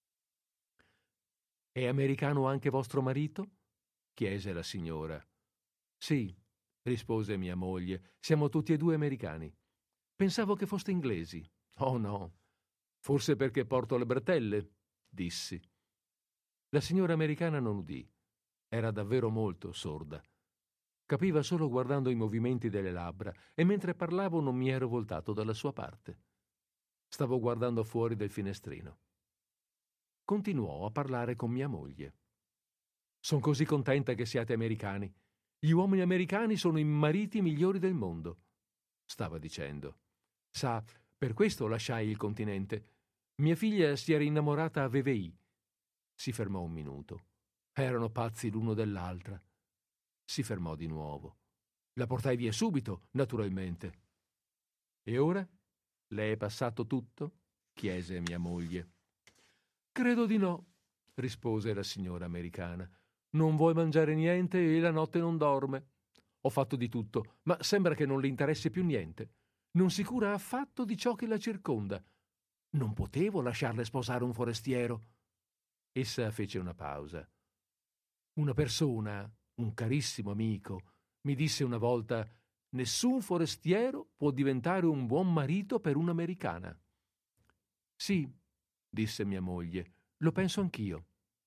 «È americano anche vostro marito?» chiese la signora. «Sì», rispose mia moglie, «siamo tutti e due americani. Pensavo che foste inglesi». «Oh no, forse perché porto le bretelle», dissi. La signora americana non udì. Era davvero molto sorda. Capiva solo guardando i movimenti delle labbra e mentre parlavo non mi ero voltato dalla sua parte. Stavo guardando fuori del finestrino. Continuò a parlare con mia moglie. «Sono così contenta che siate americani. Gli uomini americani sono i mariti migliori del mondo», stava dicendo. «Sa, per questo lasciai il continente. Mia figlia si era innamorata a Vevey». Si fermò un minuto. Erano pazzi l'uno dell'altra. Si fermò di nuovo. La portai via subito, naturalmente. «E ora? Le è passato tutto?» chiese mia moglie. «Credo di no. rispose la signora americana. Non vuoi mangiare niente e la notte non dorme. Ho fatto di tutto, ma sembra che non le interessi più niente. Non si cura affatto di ciò che la circonda. Non potevo lasciarle sposare un forestiero. Essa fece una pausa. Una persona, un carissimo amico, mi disse una volta: nessun forestiero può diventare un buon marito per un'americana. Sì, disse mia moglie, lo penso anch'io.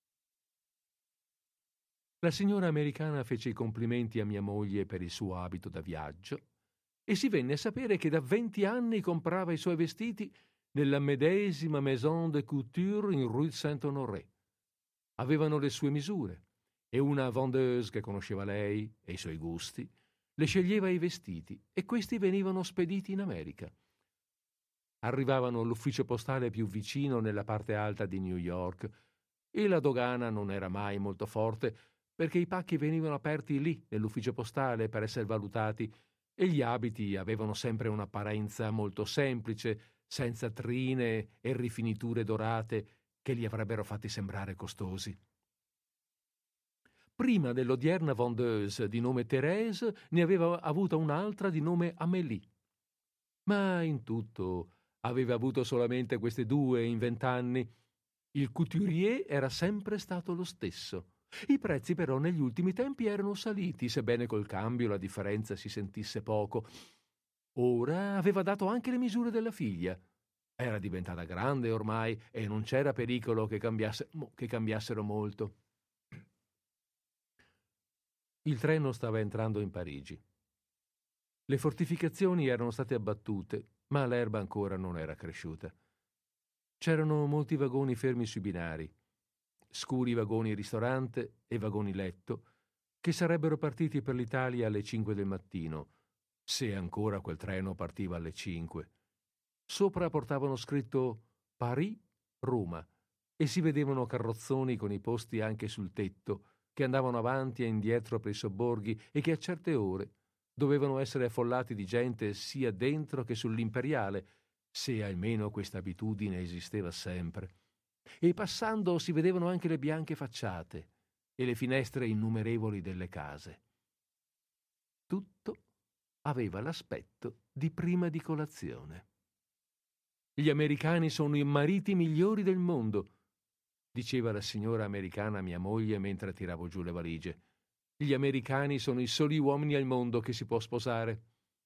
La signora americana fece i complimenti a mia moglie per il suo abito da viaggio e si venne a sapere che da venti anni comprava i suoi vestiti nella medesima maison de couture in rue Saint-Honoré. Avevano le sue misure e una vendeuse che conosceva lei e i suoi gusti le sceglieva i vestiti e questi venivano spediti in America. Arrivavano all'ufficio postale più vicino nella parte alta di New York e la dogana non era mai molto forte perché i pacchi venivano aperti lì nell'ufficio postale per essere valutati e gli abiti avevano sempre un'apparenza molto semplice, senza trine e rifiniture dorate che li avrebbero fatti sembrare costosi. Prima dell'odierna vendeuse di nome Thérèse ne aveva avuta un'altra di nome Amélie. Ma in tutto aveva avuto solamente queste due in vent'anni. Il couturier era sempre stato lo stesso. I prezzi però negli ultimi tempi erano saliti, sebbene col cambio la differenza si sentisse poco. Ora aveva dato anche le misure della figlia. Era diventata grande ormai e non c'era pericolo che, cambiasse, che cambiassero molto. Il treno stava entrando in Parigi. Le fortificazioni erano state abbattute, ma l'erba ancora non era cresciuta. C'erano molti vagoni fermi sui binari, scuri vagoni ristorante e vagoni letto, che sarebbero partiti per l'Italia alle cinque del mattino, se ancora quel treno partiva alle cinque. Sopra portavano scritto Paris, Roma, e si vedevano carrozzoni con i posti anche sul tetto, che andavano avanti e indietro per i sobborghi e che a certe ore dovevano essere affollati di gente sia dentro che sull'Imperiale, se almeno questa abitudine esisteva sempre. E passando si vedevano anche le bianche facciate e le finestre innumerevoli delle case. Tutto aveva l'aspetto di prima di colazione. Gli americani sono i mariti migliori del mondo, diceva la signora americana a mia moglie mentre tiravo giù le valigie. Gli americani sono i soli uomini al mondo che si può sposare.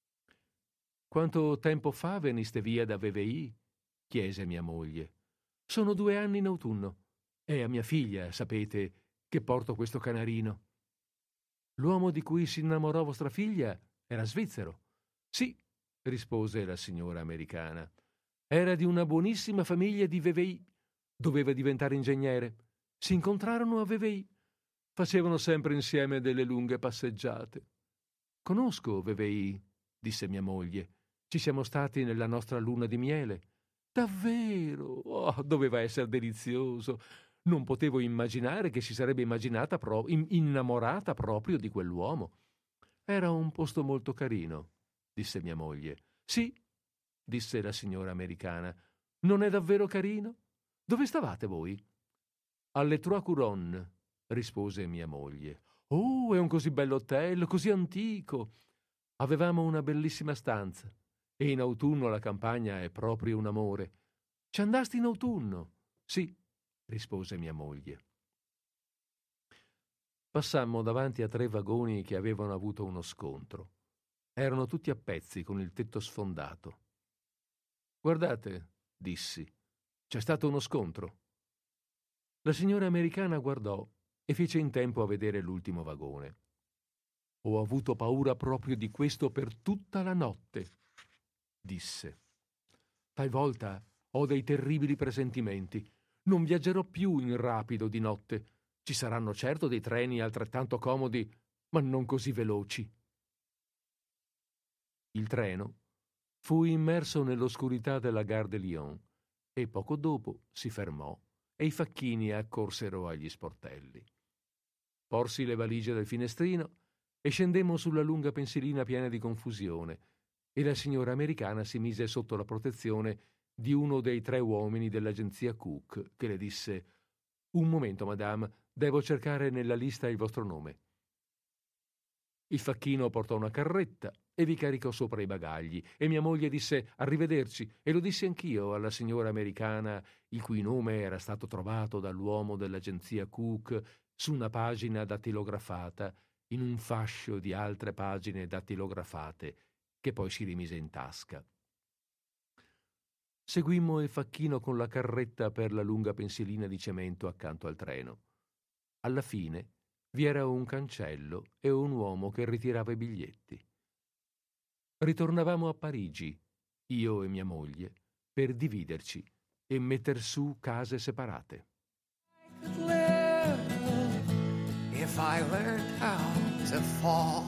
Quanto tempo fa veniste via da Vevey? Chiese mia moglie. Sono due anni in autunno. È a mia figlia, sapete, che porto questo canarino. L'uomo di cui si innamorò vostra figlia era svizzero. Sì, rispose la signora americana. Era di una buonissima famiglia di Vevey. Doveva diventare ingegnere. Si incontrarono a Vevey. Facevano sempre insieme delle lunghe passeggiate. Conosco Vevey, disse mia moglie. Ci siamo stati nella nostra luna di miele. Davvero? Oh, doveva essere delizioso. Non potevo immaginare che si sarebbe immaginata pro- innamorata proprio di quell'uomo. Era un posto molto carino, disse mia moglie. Sì, disse la signora americana. Non è davvero carino? Dove stavate voi? Alle Trois Couronnes, rispose mia moglie. Oh, è un così bell'hotel, così antico. Avevamo una bellissima stanza e in autunno la campagna è proprio un amore. Ci andasti in autunno? Sì, rispose mia moglie. Passammo davanti a tre vagoni che avevano avuto uno scontro. Erano tutti a pezzi con il tetto sfondato. Guardate, dissi, c'è stato uno scontro. La signora americana guardò e fece in tempo a vedere l'ultimo vagone. Ho avuto paura proprio di questo per tutta la notte, disse. Talvolta ho dei terribili presentimenti. Non viaggerò più in rapido di notte. Ci saranno certo dei treni altrettanto comodi, ma non così veloci. Il treno fu immerso nell'oscurità della Gare de Lyon e poco dopo si fermò e i facchini accorsero agli sportelli. Porsi le valigie dal finestrino e scendemmo sulla lunga pensilina piena di confusione e la signora americana si mise sotto la protezione di uno dei tre uomini dell'agenzia Cook che le disse Un momento, madame, devo cercare nella lista il vostro nome. Il facchino portò una carretta e vi caricò sopra i bagagli, e mia moglie disse arrivederci, e lo dissi anch'io alla signora americana, il cui nome era stato trovato dall'uomo dell'agenzia Cook su una pagina dattilografata, in un fascio di altre pagine dattilografate, che poi si rimise in tasca. Seguimmo il facchino con la carretta per la lunga pensilina di cemento accanto al treno. Alla fine vi era un cancello e un uomo che ritirava i biglietti. Ritornavamo a Parigi, io e mia moglie, per dividerci e metter su case separate. If I learned how to fall,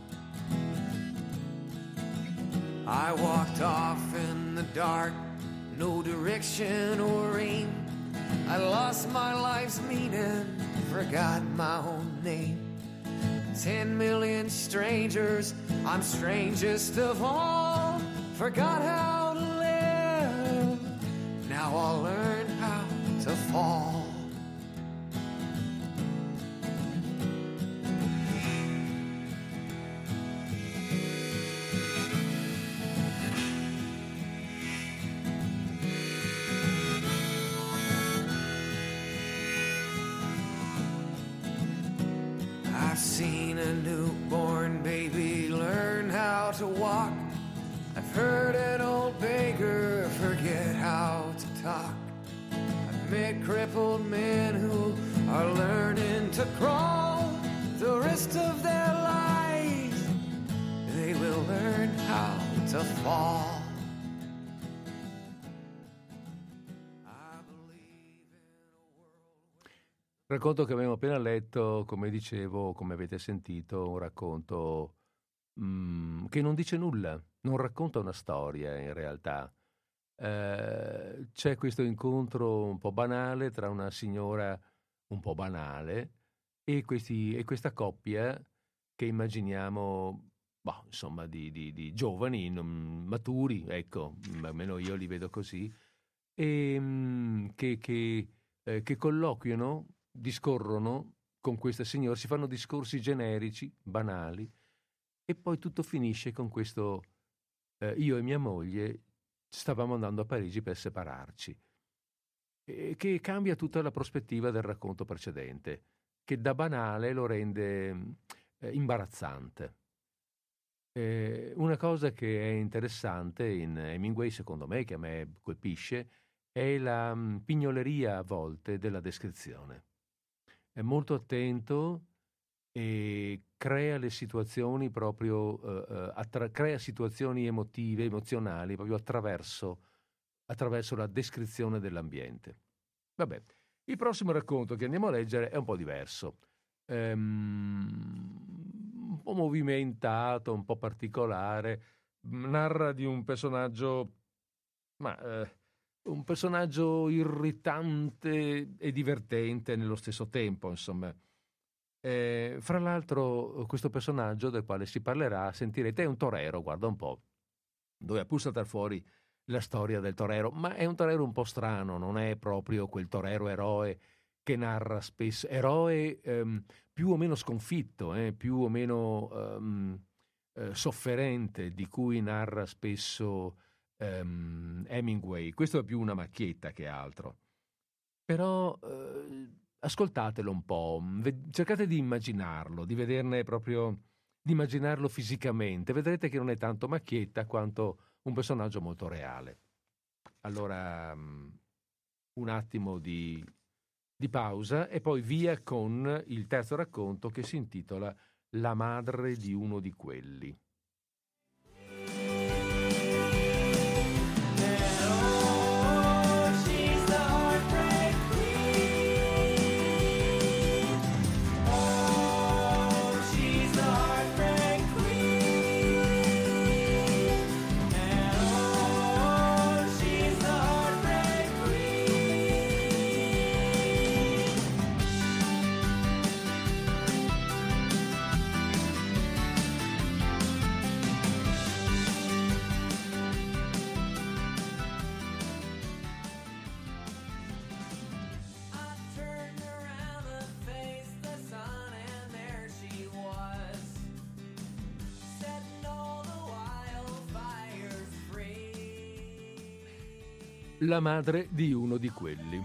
I walked off in the dark, no direction or aim. I lost my life's meaning, forgot my own name. Ten million strangers, I'm strangest of all. Forgot how to live, now I'll learn how to fall. I've seen a newborn baby learn how to walk. I've heard an old beggar forget how to talk. I've met crippled men who are learning to crawl. The rest of their lives, they will learn how to fall. Il racconto che abbiamo appena letto, come dicevo, come avete sentito, un racconto mm, che non dice nulla, non racconta una storia in realtà. Eh, c'è questo incontro un po' banale tra una signora un po' banale e, questi, e questa coppia che immaginiamo, boh, insomma, di, di, di giovani, non, maturi, ecco, almeno io li vedo così, e mm, che, che, eh, che colloquiano, discorrono con questa signora, si fanno discorsi generici, banali, e poi tutto finisce con questo eh, io e mia moglie stavamo andando a Parigi per separarci, e che cambia tutta la prospettiva del racconto precedente, che da banale lo rende eh, imbarazzante. Eh, una cosa che è interessante in Hemingway, secondo me, che a me colpisce, è la mh, pignoleria a volte della descrizione. È molto attento e crea le situazioni proprio, eh, attra- crea situazioni emotive, emozionali, proprio attraverso, attraverso la descrizione dell'ambiente. Vabbè, il prossimo racconto che andiamo a leggere è un po' diverso, ehm, un po' movimentato, un po' particolare, narra di un personaggio, ma... Eh, un personaggio irritante e divertente nello stesso tempo, insomma. Eh, fra l'altro, questo personaggio del quale si parlerà, sentirete, è un torero, guarda un po'. Doveva pur saltar fuori la storia del torero, ma è un torero un po' strano, non è proprio quel torero eroe che narra spesso, eroe ehm, più o meno sconfitto, eh, più o meno ehm, eh, sofferente, di cui narra spesso Um, Hemingway. Questo è più una macchietta che altro, però eh, ascoltatelo un po', ve- cercate di immaginarlo, di vederne proprio, di immaginarlo fisicamente, vedrete che non è tanto macchietta quanto un personaggio molto reale. Allora um, un attimo di, di pausa e poi via con il terzo racconto, che si intitola La madre di uno di quelli. la madre di uno di quelli.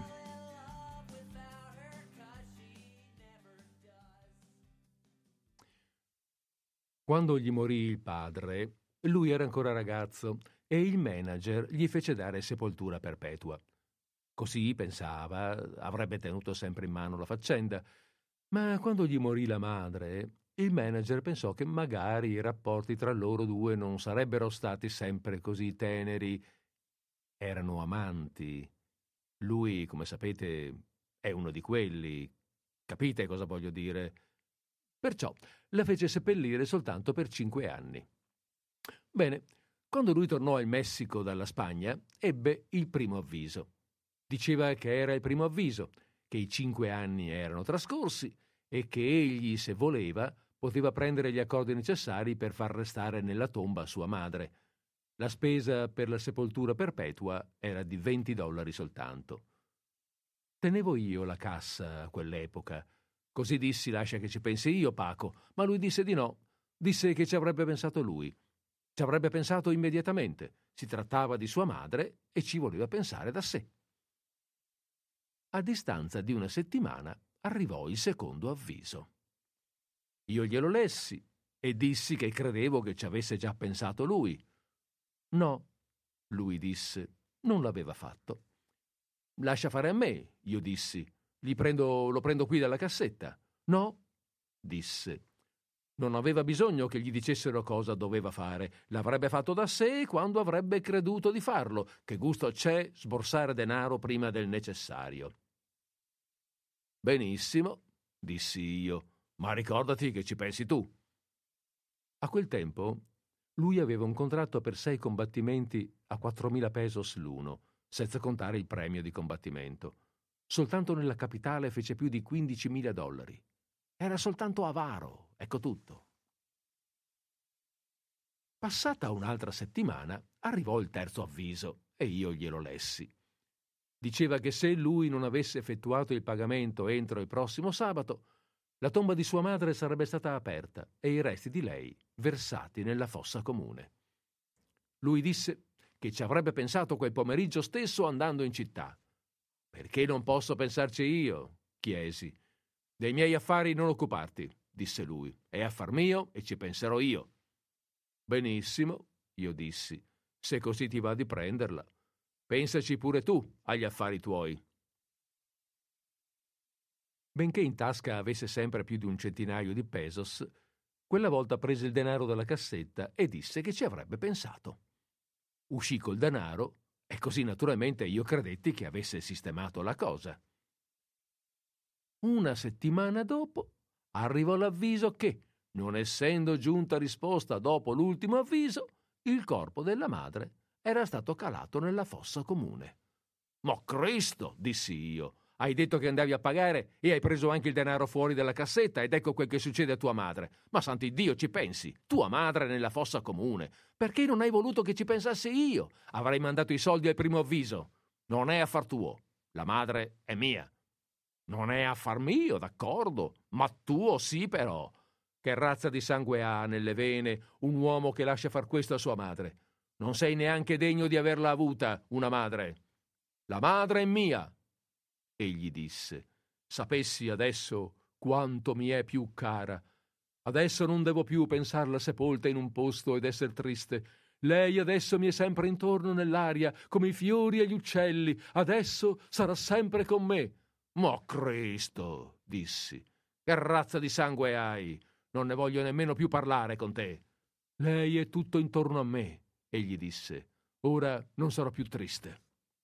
Quando gli morì il padre, lui era ancora ragazzo e il manager gli fece dare sepoltura perpetua. Così, pensava, avrebbe tenuto sempre in mano la faccenda. Ma quando gli morì la madre, il manager pensò che magari i rapporti tra loro due non sarebbero stati sempre così teneri. Erano amanti. Lui, come sapete, è uno di quelli. Capite cosa voglio dire? Perciò la fece seppellire soltanto per cinque anni. Bene, quando lui tornò al Messico dalla Spagna, ebbe il primo avviso. Diceva che era il primo avviso, che i cinque anni erano trascorsi e che egli, se voleva, poteva prendere gli accordi necessari per far restare nella tomba sua madre. La spesa per la sepoltura perpetua era di venti dollari soltanto. Tenevo io la cassa a quell'epoca. Così dissi: lascia che ci pensi io, Paco, ma lui disse di no. Disse che ci avrebbe pensato lui. Ci avrebbe pensato immediatamente. Si trattava di sua madre e ci voleva pensare da sé. A distanza di una settimana arrivò il secondo avviso. Io glielo lessi e dissi che credevo che ci avesse già pensato lui. No, lui disse, non l'aveva fatto. Lascia fare a me, io dissi. Gli prendo, lo prendo qui dalla cassetta. No, disse. Non aveva bisogno che gli dicessero cosa doveva fare. L'avrebbe fatto da sé quando avrebbe creduto di farlo. Che gusto c'è sborsare denaro prima del necessario? Benissimo, dissi io, ma ricordati che ci pensi tu. A quel tempo lui aveva un contratto per sei combattimenti a quattromila pesos l'uno, senza contare il premio di combattimento. Soltanto nella capitale fece più di quindicimila dollari. Era soltanto avaro, ecco tutto. Passata un'altra settimana arrivò il terzo avviso e io glielo lessi. Diceva che se lui non avesse effettuato il pagamento entro il prossimo sabato, la tomba di sua madre sarebbe stata aperta e i resti di lei versati nella fossa comune. Lui disse che ci avrebbe pensato quel pomeriggio stesso andando in città. «Perché non posso pensarci io?» chiesi. «Dei miei affari non occuparti», disse lui. «È affar mio e ci penserò io». «Benissimo», io dissi, «se così ti va di prenderla. Pensaci pure tu agli affari tuoi». Benché in tasca avesse sempre più di un centinaio di pesos, quella volta prese il denaro dalla cassetta e disse che ci avrebbe pensato. Uscì col denaro e così naturalmente io credetti che avesse sistemato la cosa. Una settimana dopo arrivò l'avviso che, non essendo giunta risposta dopo l'ultimo avviso, il corpo della madre era stato calato nella fossa comune. «Ma Cristo!» dissi io. «Hai detto che andavi a pagare e hai preso anche il denaro fuori dalla cassetta ed ecco quel che succede a tua madre. Ma sant'Iddio, ci pensi? Tua madre nella fossa comune. Perché non hai voluto che ci pensassi io? Avrei mandato i soldi al primo avviso. Non è affar tuo. La madre è mia». «Non è affar mio, d'accordo, ma tuo sì però. Che razza di sangue ha nelle vene un uomo che lascia far questo a sua madre? Non sei neanche degno di averla avuta, una madre. La madre è mia». Egli disse, «Sapessi adesso quanto mi è più cara. Adesso non devo più pensarla sepolta in un posto ed esser triste. Lei adesso mi è sempre intorno nell'aria, come i fiori e gli uccelli. Adesso sarà sempre con me». «Ma Cristo», dissi, «che razza di sangue hai? Non ne voglio nemmeno più parlare con te». «Lei è tutto intorno a me», egli disse. «Ora non sarò più triste».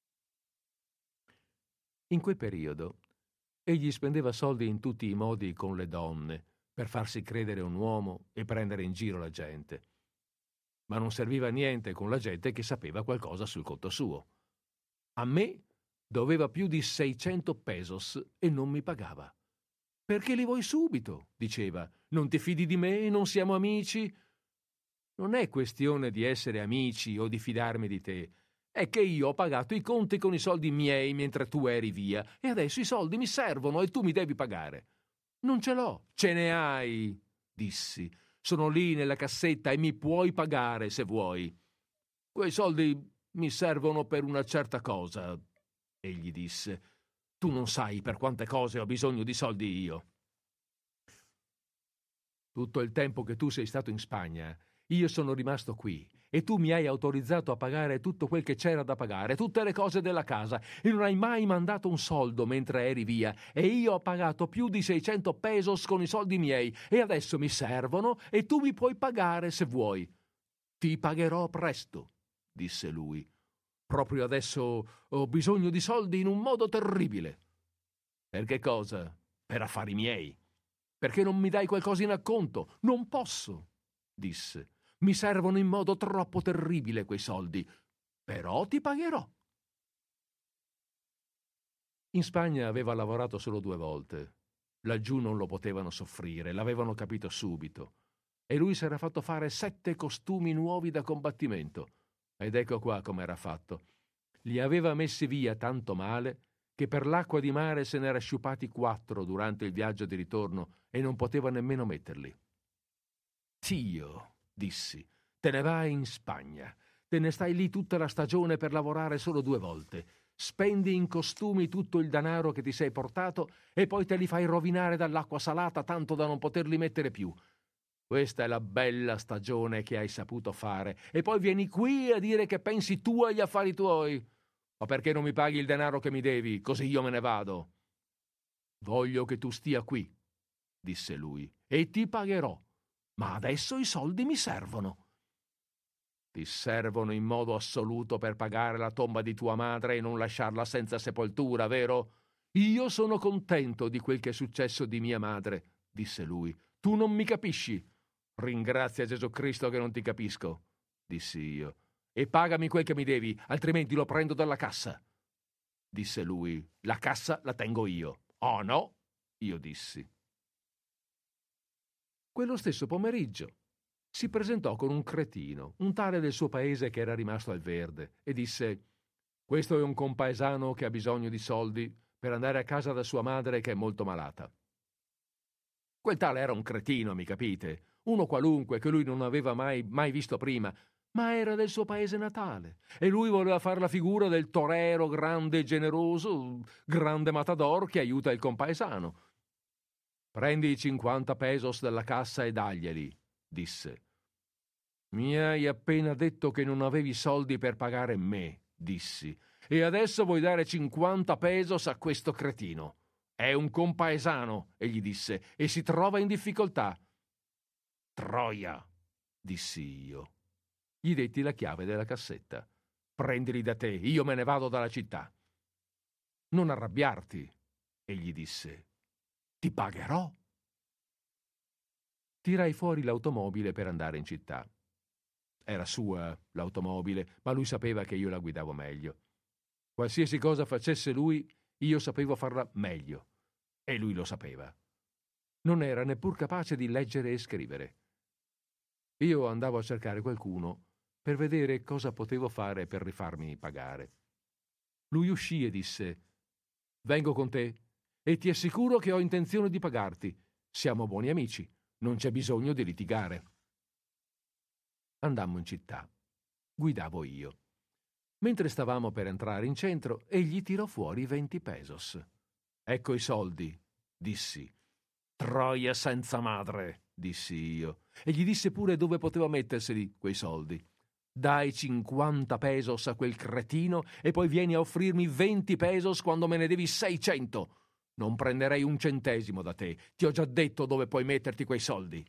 In quel periodo egli spendeva soldi in tutti i modi con le donne per farsi credere un uomo e prendere in giro la gente. Ma non serviva a niente con la gente che sapeva qualcosa sul conto suo. A me doveva più di seicento pesos e non mi pagava. «Perché li vuoi subito?» diceva. «Non ti fidi di me? Non siamo amici?» «Non è questione di essere amici o di fidarmi di te. È che io ho pagato i conti con i soldi miei mentre tu eri via e adesso i soldi mi servono e tu mi devi pagare». «Non ce l'ho». «Ce ne hai», dissi. «Sono lì nella cassetta e mi puoi pagare se vuoi». «Quei soldi mi servono per una certa cosa. Egli disse: tu non sai per quante cose ho bisogno di soldi io. Tutto il tempo che tu sei stato in Spagna, io sono rimasto qui e tu mi hai autorizzato a pagare tutto quel che c'era da pagare, tutte le cose della casa, e non hai mai mandato un soldo mentre eri via, e io ho pagato più di seicento pesos con i soldi miei, e adesso mi servono e tu mi puoi pagare se vuoi. Ti pagherò presto, disse lui. Proprio adesso ho bisogno di soldi in un modo terribile. Per che cosa? Per affari miei. Perché non mi dai qualcosa in acconto? Non posso, disse. Mi servono in modo troppo terribile quei soldi. Però ti pagherò. In Spagna aveva lavorato solo due volte. Laggiù non lo potevano soffrire, l'avevano capito subito. E lui s'era fatto fare sette costumi nuovi da combattimento. Ed ecco qua com'era fatto. Li aveva messi via tanto male che per l'acqua di mare se n'era sciupati quattro durante il viaggio di ritorno e non poteva nemmeno metterli. Zio, dissi, te ne vai in Spagna. Te ne stai lì tutta la stagione per lavorare solo due volte. Spendi in costumi tutto il denaro che ti sei portato e poi te li fai rovinare dall'acqua salata tanto da non poterli mettere più. Questa è la bella stagione che hai saputo fare. E poi vieni qui a dire che pensi tu agli affari tuoi. Ma perché non mi paghi il denaro che mi devi, così io me ne vado? Voglio che tu stia qui, disse lui, e ti pagherò. Ma adesso i soldi mi servono. Ti servono in modo assoluto per pagare la tomba di tua madre e non lasciarla senza sepoltura, vero? Io sono contento di quel che è successo di mia madre, disse lui. Tu non mi capisci. Ringrazia Gesù Cristo che non ti capisco, dissi io. E pagami quel che mi devi, altrimenti lo prendo dalla cassa. Disse lui. La cassa la tengo io. Oh no, io dissi. Quello stesso pomeriggio si presentò con un cretino, un tale del suo paese che era rimasto al verde, e disse: questo è un compaesano che ha bisogno di soldi per andare a casa da sua madre che è molto malata. Quel tale era un cretino, mi capite? Uno qualunque che lui non aveva mai, mai visto prima, ma era del suo paese natale, e lui voleva far la figura del torero grande e generoso, grande matador che aiuta il compaesano. Prendi i cinquanta pesos dalla cassa e daglieli, disse. Mi hai appena detto che non avevi soldi per pagare me, dissi, e adesso vuoi dare cinquanta pesos a questo cretino. È un compaesano, egli disse, e si trova in difficoltà. Troia, dissi io. Gli detti la chiave della cassetta. Prendili da te, io me ne vado dalla città. Non arrabbiarti, egli disse. Ti pagherò. Tirai fuori l'automobile per andare in città. Era sua l'automobile, ma lui sapeva che io la guidavo meglio. Qualsiasi cosa facesse lui, io sapevo farla meglio. E lui lo sapeva. Non era neppur capace di leggere e scrivere. Io andavo a cercare qualcuno per vedere cosa potevo fare per rifarmi pagare. Lui uscì e disse: vengo con te e ti assicuro che ho intenzione di pagarti. Siamo buoni amici, non c'è bisogno di litigare. Andammo in città. Guidavo io. Mentre stavamo per entrare in centro, egli tirò fuori venti pesos. Ecco i soldi, dissi. Troia senza madre, dissi io. E gli disse pure dove poteva metterseli quei soldi. Dai cinquanta pesos a quel cretino e poi vieni a offrirmi venti pesos quando me ne devi seicento. Non prenderei un centesimo da te. Ti ho già detto dove puoi metterti quei soldi.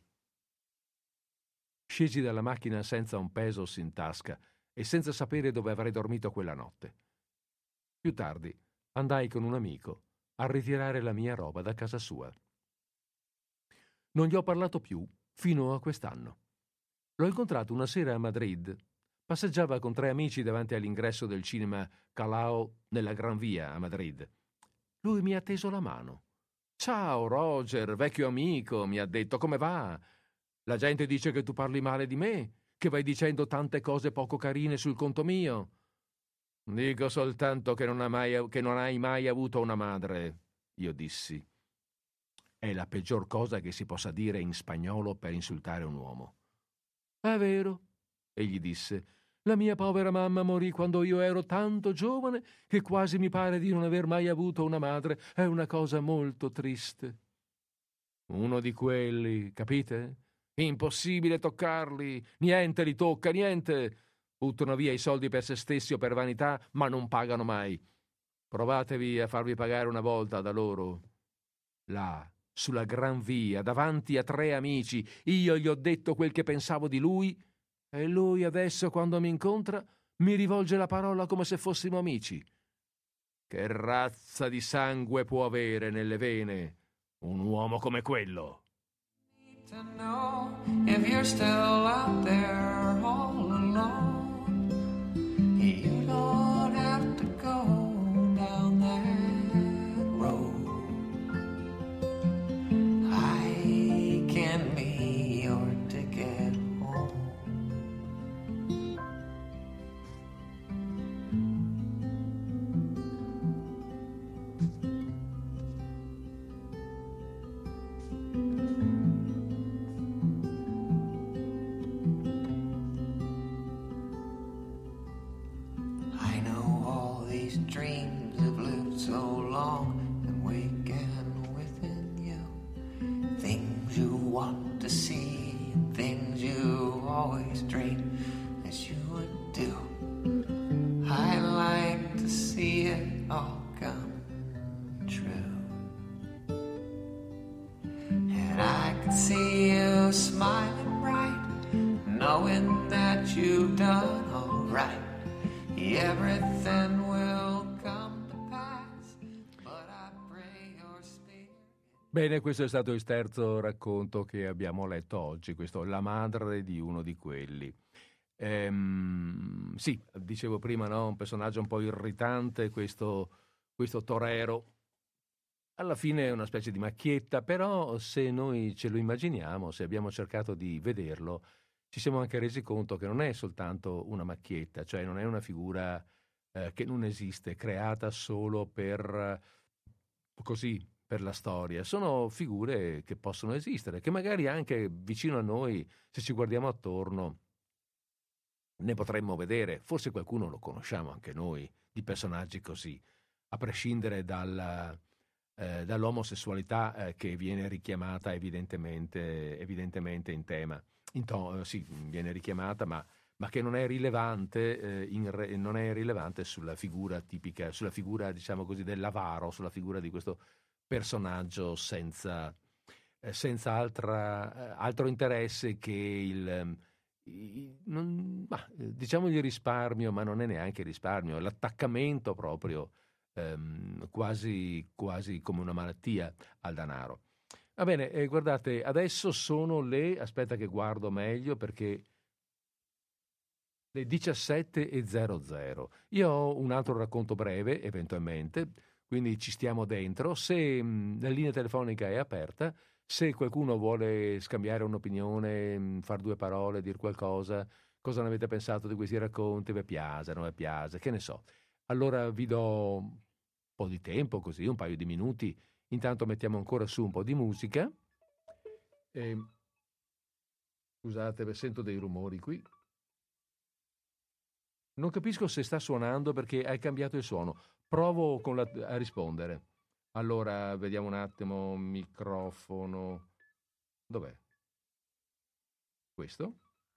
Scesi dalla macchina senza un pesos in tasca e senza sapere dove avrei dormito quella notte. Più tardi andai con un amico a ritirare la mia roba da casa sua. Non gli ho parlato più fino a quest'anno. L'ho incontrato una sera a Madrid. Passeggiava con tre amici davanti all'ingresso del cinema Callao nella Gran Via a Madrid. Lui mi ha teso la mano. Ciao Roger, vecchio amico, mi ha detto, come va? La gente dice che tu parli male di me, che vai dicendo tante cose poco carine sul conto mio. Dico soltanto che non, ha mai, che non hai mai avuto una madre, io dissi. È la peggior cosa che si possa dire in spagnolo per insultare un uomo. È vero, egli disse, La mia povera mamma morì quando io ero tanto giovane che quasi mi pare di non aver mai avuto una madre. È una cosa molto triste. Uno di quelli, capite? Impossibile toccarli, niente li tocca, niente. Buttano via i soldi per se stessi o per vanità, ma non pagano mai. Provatevi a farvi pagare una volta da loro. Là, sulla gran via, davanti a tre amici, io gli ho detto quel che pensavo di lui e lui adesso, quando mi incontra, mi rivolge la parola come se fossimo amici. Che razza di sangue può avere nelle vene un uomo come quello? To know if you're still out there all alone. You don't have to go down that road. I can be your ticket home. Dreams have lived so long and waken within you. Things you want to see, things you always dream as you would do. I like to see it all come true. And I can see you smiling bright, knowing that you've done all right. Everything will come to pass, but I pray your spirit. Bene, questo è stato il terzo racconto che abbiamo letto oggi, questo La madre di uno di quelli. Ehm, sì, dicevo prima, no? Un personaggio un po' irritante, questo, questo torero. Alla fine è una specie di macchietta, però se noi ce lo immaginiamo, se abbiamo cercato di vederlo, ci siamo anche resi conto che non è soltanto una macchietta, cioè non è una figura eh, che non esiste, creata solo per eh, così, per la storia. Sono figure che possono esistere, che magari anche vicino a noi, se ci guardiamo attorno, ne potremmo vedere. Forse qualcuno lo conosciamo anche noi, di personaggi così, a prescindere dalla, eh, dall'omosessualità eh, che viene richiamata evidentemente, evidentemente in tema. In to- sì, viene richiamata, ma, ma che non è rilevante, eh, in re- non è rilevante sulla figura tipica, sulla figura, diciamo così, dell'avaro, sulla figura di questo personaggio senza, eh, senza altra, eh, altro interesse che il, i- non, ma, eh, diciamo il risparmio, ma non è neanche risparmio, è l'attaccamento proprio, ehm, quasi, quasi come una malattia al denaro. Va bene, eh, guardate, adesso sono le... Aspetta che guardo meglio perché... Le diciassette e zero zero. Io ho un altro racconto breve, eventualmente, quindi ci stiamo dentro. Se mh, la linea telefonica è aperta, se qualcuno vuole scambiare un'opinione, mh, far due parole, dire qualcosa, cosa ne avete pensato di questi racconti? Vi piace, non vi piace, che ne so. Allora vi do un po' di tempo, così, un paio di minuti. Intanto mettiamo ancora su un po' di musica. E... Scusate, sento dei rumori qui. Non capisco se sta suonando perché hai cambiato il suono. Provo con la- a rispondere. Allora, vediamo un attimo. Microfono. Dov'è? Questo?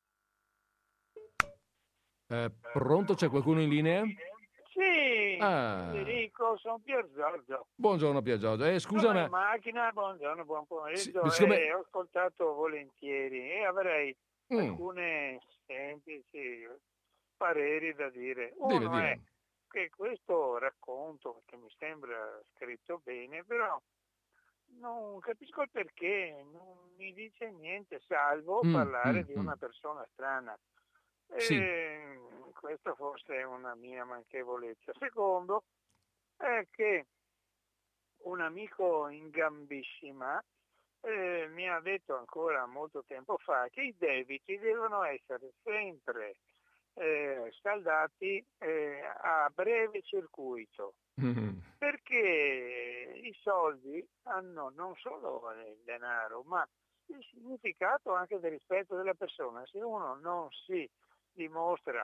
Eh, pronto? C'è qualcuno in linea? Sì, Ah, Federico, sono Pier Giorgio. buongiorno Pier Giorgio. Eh, scusa, Sono in ma... macchina, buongiorno, buon Sì, pomeriggio, siccome... e ho ascoltato volentieri e avrei Mm, alcune semplici pareri da dire. dime, Uno è dime. che questo racconto, che mi sembra scritto bene, però non capisco il perché, non mi dice niente, salvo Mm, parlare mm, di mm. una persona strana. Sì. E questa forse è una mia manchevolezza. Secondo è che un amico in gambissima eh, mi ha detto ancora molto tempo fa che i debiti devono essere sempre eh, saldati eh, a breve circuito, Mm, perché i soldi hanno non solo il denaro, ma il significato anche del rispetto della persona. Se uno non si dimostra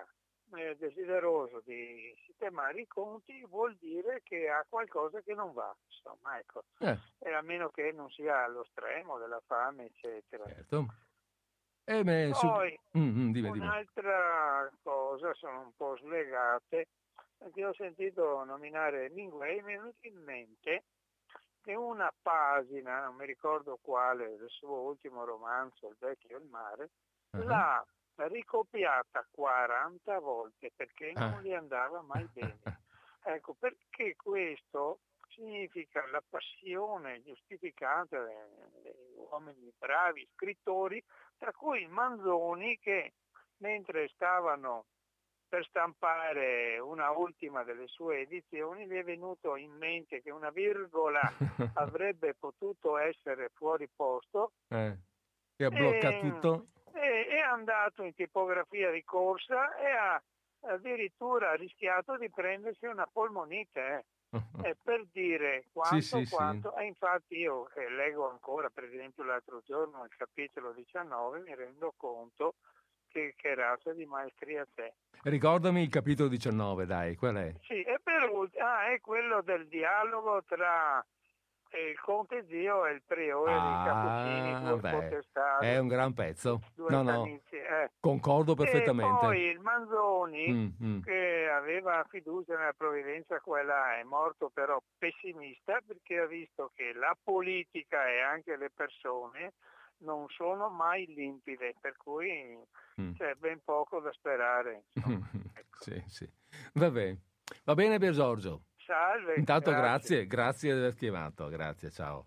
è desideroso di sistemare i conti, vuol dire che ha qualcosa che non va, insomma, ecco, Eh, e a meno che non sia allo stremo della fame, eccetera. certo. Eh, beh, su... Poi Mm, mm, dimmi, dimmi. un'altra cosa, sono un po' slegate, perché ho sentito nominare Hemingway, mi è venuto in mente che una pagina, non mi ricordo quale, del suo ultimo romanzo, Il vecchio e il mare, Uh-huh. l'ha ricopiata quaranta volte perché Ah. non gli andava mai bene. Ecco, perché questo significa la passione giustificata degli uomini bravi, scrittori, tra cui Manzoni, che mentre stavano per stampare una ultima delle sue edizioni gli è venuto in mente che una virgola avrebbe potuto essere fuori posto eh. E ha bloccato e, tutto? e, è andato in tipografia di corsa e ha addirittura rischiato di prendersi una polmonite. Eh. Eh, per dire quanto, Sì, sì, quanto, sì. e infatti io che leggo ancora, per esempio l'altro giorno il capitolo diciannove, mi rendo conto che, che razza di maestria c'è. Ricordami il capitolo diciannove, dai, qual è? Sì, e per ultimo, ah, è quello del dialogo tra il conte zio e il priore dei Cappuccini, Ah, due beh, potestati, è un gran pezzo. due No, no, canizi. Eh. concordo E perfettamente. poi il Manzoni, Mm, mm. che aveva fiducia nella provvidenza, quella è morto però pessimista, perché ha visto che la politica e anche le persone non sono mai limpide, per cui Mm. c'è ben poco da sperare. Insomma. Ecco. Sì, sì. Vabbè. Va bene, Pier Giorgio. Salve. Intanto grazie. grazie, grazie di aver chiamato, grazie, ciao.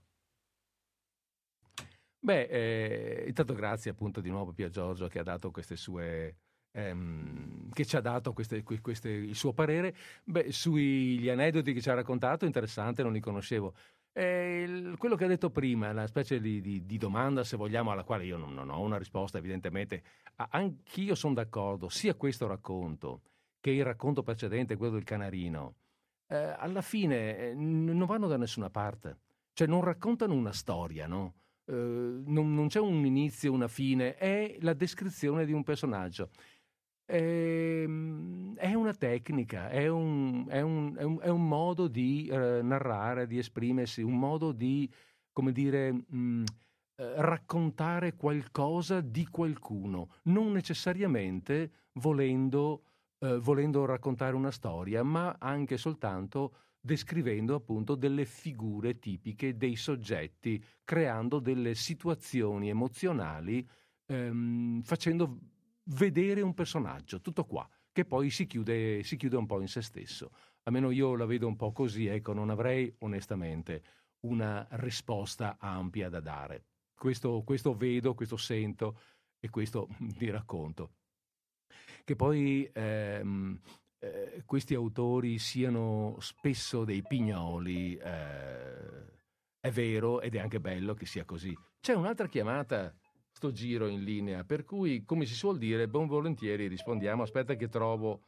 Beh, eh, intanto grazie appunto di nuovo Pier Giorgio che ha dato queste sue... Ehm, che ci ha dato queste, queste, il suo parere. Beh, sugli aneddoti che ci ha raccontato, interessante, non li conoscevo. Eh, il, quello che ha detto prima, la specie di, di, di domanda, se vogliamo, alla quale io non, non ho una risposta, evidentemente. Ah, anch'io sono d'accordo, sia questo racconto che il racconto precedente, quello del canarino, eh, alla fine eh, non vanno da nessuna parte. Cioè non raccontano una storia, no? Eh, non, non c'è un inizio, una fine, è la descrizione di un personaggio. È, è una tecnica, è un, è un, è un, è un modo di eh, narrare, di esprimersi, un modo di, come dire, mh, eh, raccontare qualcosa di qualcuno, non necessariamente volendo, eh, volendo raccontare una storia, ma anche soltanto descrivendo appunto delle figure tipiche dei soggetti, creando delle situazioni emozionali, ehm, facendo vedere un personaggio, tutto qua, che poi si chiude, si chiude un po' in se stesso. Almeno io la vedo un po' così, ecco, non avrei onestamente una risposta ampia da dare. Questo, questo vedo, questo sento e questo vi racconto. Che poi ehm, eh, questi autori siano spesso dei pignoli, eh, è vero ed è anche bello che sia così. C'è un'altra chiamata, sto giro in linea, per cui, come si suol dire, buon volentieri rispondiamo. Aspetta che trovo...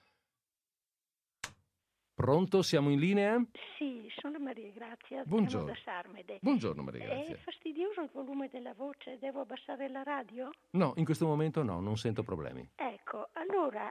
Pronto? Siamo in linea? Sì, sono Maria Grazia, Buongiorno. chiamo da Sarmede. Buongiorno Maria Grazia. È fastidioso il volume della voce? Devo abbassare la radio? No, in questo momento no, non sento problemi. Ecco, allora,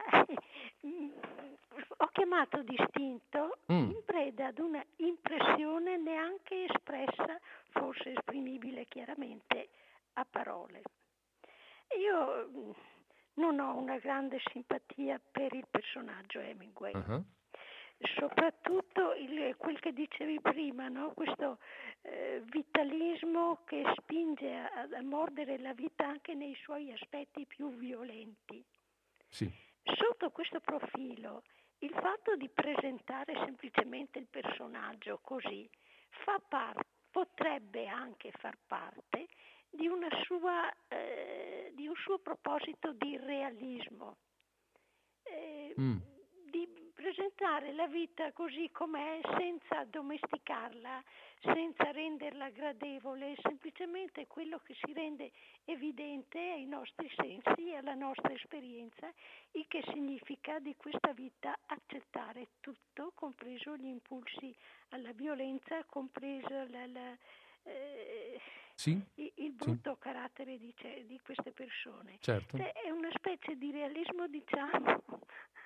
ho chiamato distinto Mm. in preda ad una impressione neanche espressa, forse esprimibile chiaramente, a parole. Io mm, non ho una grande simpatia per il personaggio Hemingway. Uh-huh. Soprattutto il, quel che dicevi prima, no? Questo eh, vitalismo che spinge a, a mordere la vita anche nei suoi aspetti più violenti. Sì. Sotto questo profilo, il fatto di presentare semplicemente il personaggio così fa parte, potrebbe anche far parte di una sua, eh, di un suo proposito di realismo. Eh, Mm. Di presentare la vita così com'è, senza domesticarla, senza renderla gradevole, semplicemente quello che si rende evidente ai nostri sensi e alla nostra esperienza, il che significa di questa vita accettare tutto, compreso gli impulsi alla violenza, compreso la, la, eh, Sì? il, il brutto Sì. carattere di, di queste persone. Certo. È una specie di realismo, diciamo,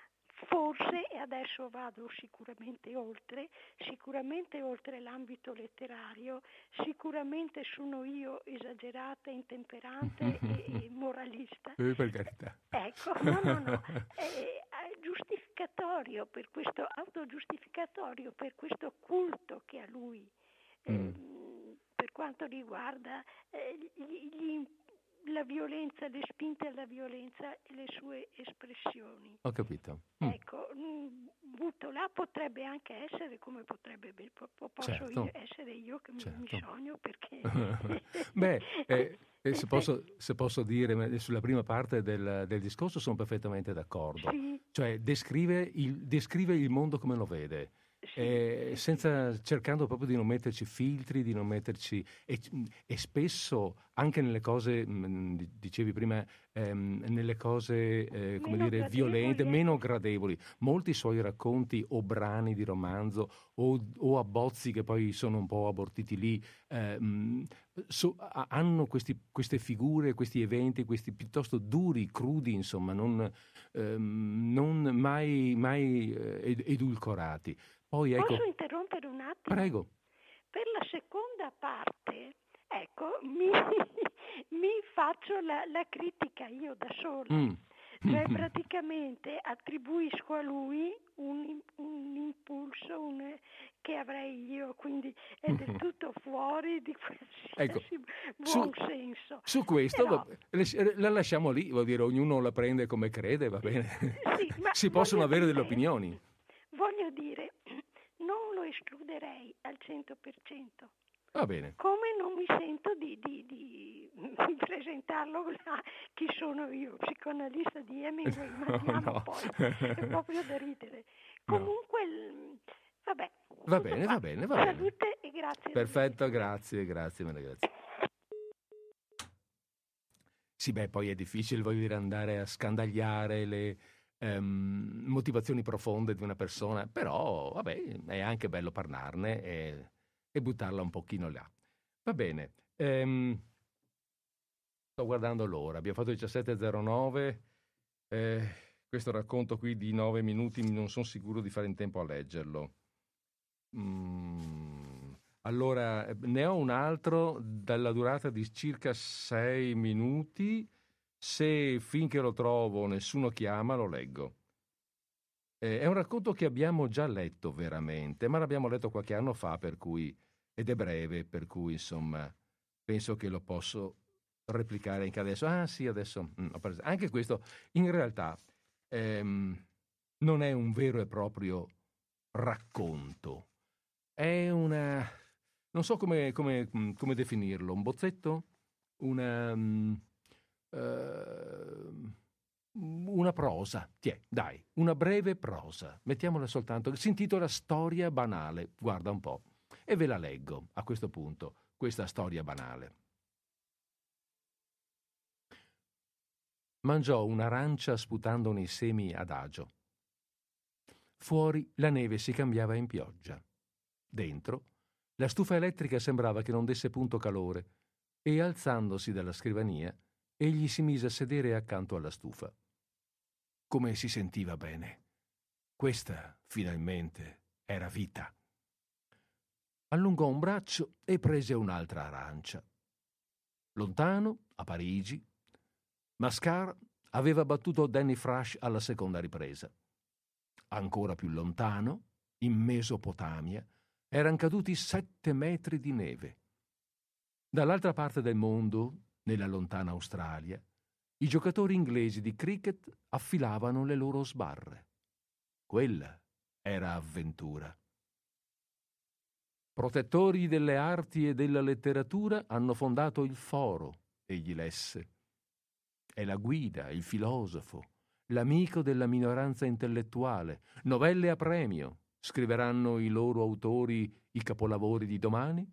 forse, e adesso vado sicuramente oltre, sicuramente oltre l'ambito letterario, sicuramente sono io esagerata, intemperante e, e moralista. Eh, per carità. Ecco, no, no, no, è, è giustificatorio per questo, autogiustificatorio per questo culto che a lui, eh, Mm. per quanto riguarda eh, gli, gli la violenza, le spinte alla violenza e le sue espressioni. Ho capito. Mm. Ecco, mh, butto là, potrebbe anche essere come potrebbe, posso Certo. io, essere io che Certo. mi sogno perché... Beh, eh, eh, se, posso, se posso dire, sulla prima parte del, del discorso sono perfettamente d'accordo. Sì. Cioè descrive il, descrive il mondo come lo vede. Sì, Eh, sì, senza, cercando proprio di non metterci filtri, di non metterci e, e spesso anche nelle cose, mh, dicevi prima, ehm, nelle cose eh, come Meno dire gradevoli, violente, ecco. meno gradevoli. Molti suoi racconti o brani di romanzo o, o abbozzi che poi sono un po' abortiti lì, ehm, so, a- hanno questi, queste figure, questi eventi, questi piuttosto duri, crudi, insomma, non, ehm, non mai, mai eh, ed- edulcorati. Poi ecco, Posso interrompere un attimo? prego. Per la seconda parte, ecco, mi, mi faccio la, la critica io da sola. Mm. Cioè praticamente attribuisco a lui un, un impulso un, che avrei io, quindi è del tutto fuori di qualsiasi Ecco, buon su, senso. su questo Però, va- la lasciamo lì, vuol dire, ognuno la prende come crede, va bene. sì, ma Si possono voglio avere dire- delle opinioni. Voglio dire, non lo escluderei al cento per cento. Va bene. Come non mi sento di, di, di presentarlo là, chi sono io, psicoanalista di Hemingway, ma andiamo No. poi, è proprio da ridere. No. Comunque, il- vabbè. Va tutto bene, qua. va bene, va bene. Salute e grazie. Perfetto, grazie, grazie, mille grazie. Sì, beh, poi è difficile, voglio dire, andare a scandagliare le ehm, motivazioni profonde di una persona, però, vabbè, è anche bello parlarne e, e buttarla un pochino là. Va bene. ehm, sto guardando l'ora, abbiamo fatto diciassette e zero nove, eh, questo racconto qui di nove minuti non sono sicuro di fare in tempo a leggerlo. Mm, allora, eh, ne ho un altro dalla durata di circa sei minuti. Se finché lo trovo nessuno chiama, lo leggo. Eh, è un racconto che abbiamo già letto veramente, ma l'abbiamo letto qualche anno fa, per cui, ed è breve, per cui insomma penso che lo posso replicare anche adesso. Ah sì, adesso mm, ho preso. Anche questo in realtà ehm, non è un vero e proprio racconto. È una... non so come, come, come definirlo, un bozzetto? Una... um, uh, una prosa, tiè, dai, una breve prosa, mettiamola soltanto, si intitola Storia banale, guarda un po', e ve la leggo a questo punto, questa storia banale. Mangiò un'arancia sputandone i semi adagio. Fuori la neve si cambiava in pioggia. Dentro, la stufa elettrica sembrava che non desse punto calore e, alzandosi dalla scrivania, egli si mise a sedere accanto alla stufa. Come si sentiva bene. Questa, finalmente, era vita. Allungò un braccio e prese un'altra arancia. Lontano, a Parigi, Mascar aveva battuto Danny Frash alla seconda ripresa. Ancora più lontano, in Mesopotamia, eran caduti sette metri di neve. Dall'altra parte del mondo, nella lontana Australia, i giocatori inglesi di cricket affilavano le loro sbarre. Quella era avventura. Protettori delle arti e della letteratura hanno fondato il Foro, egli lesse. È la guida, il filosofo, l'amico della minoranza intellettuale. Novelle a premio. Scriveranno i loro autori i capolavori di domani?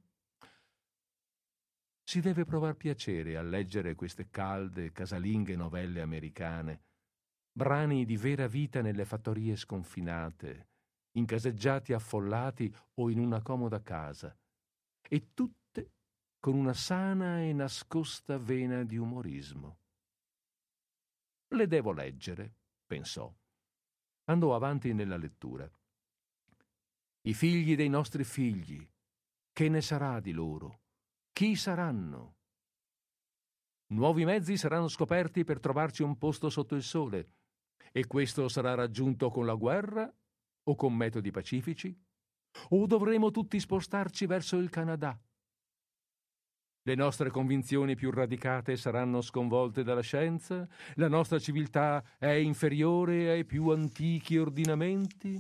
Si deve provar piacere a leggere queste calde, casalinghe novelle americane, brani di vera vita nelle fattorie sconfinate, in caseggiati affollati o in una comoda casa, e tutte con una sana e nascosta vena di umorismo. Le devo leggere, pensò. Andò avanti nella lettura. I figli dei nostri figli, che ne sarà di loro? Chi saranno? Nuovi mezzi saranno scoperti per trovarci un posto sotto il sole, e questo sarà raggiunto con la guerra o con metodi pacifici? O dovremo tutti spostarci verso il Canada? Le nostre convinzioni più radicate saranno sconvolte dalla scienza? La nostra civiltà è inferiore ai più antichi ordinamenti?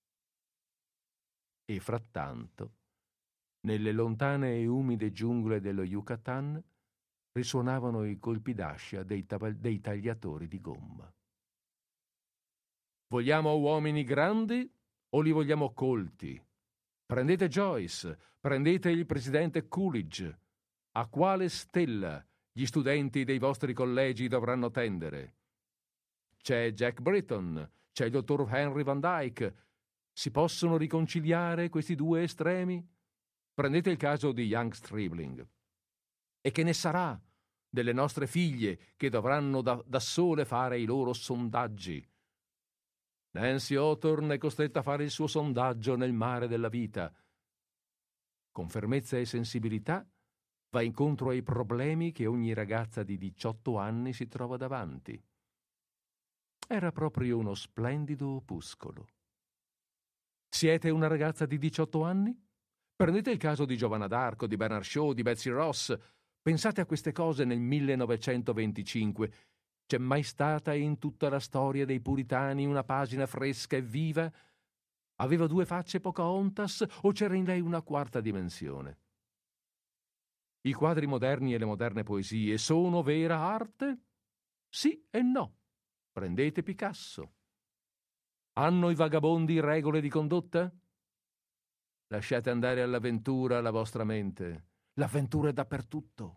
E frattanto, nelle lontane e umide giungle dello Yucatan, risuonavano i colpi d'ascia dei, tab- dei tagliatori di gomma. Vogliamo uomini grandi o li vogliamo colti? Prendete Joyce, prendete il presidente Coolidge. A quale stella gli studenti dei vostri collegi dovranno tendere? C'è Jack Britton, c'è il dottor Henry Van Dyke. Si possono riconciliare questi due estremi? Prendete il caso di Young Stribling. E che ne sarà delle nostre figlie che dovranno da, da sole fare i loro sondaggi? Nancy Hawthorne è costretta a fare il suo sondaggio nel mare della vita. Con fermezza e sensibilità va incontro ai problemi che ogni ragazza di diciotto anni si trova davanti. Era proprio uno splendido opuscolo. Siete una ragazza di diciotto anni? Prendete il caso di Giovanna d'Arco, di Bernard Shaw, di Betsy Ross. Pensate a queste cose nel millenovecentoventicinque. C'è mai stata in tutta la storia dei puritani una pagina fresca e viva? Aveva due facce Pocahontas o c'era in lei una quarta dimensione? I quadri moderni e le moderne poesie sono vera arte? Sì e no. Prendete Picasso. Hanno i vagabondi regole di condotta? Lasciate andare all'avventura la vostra mente. L'avventura è dappertutto.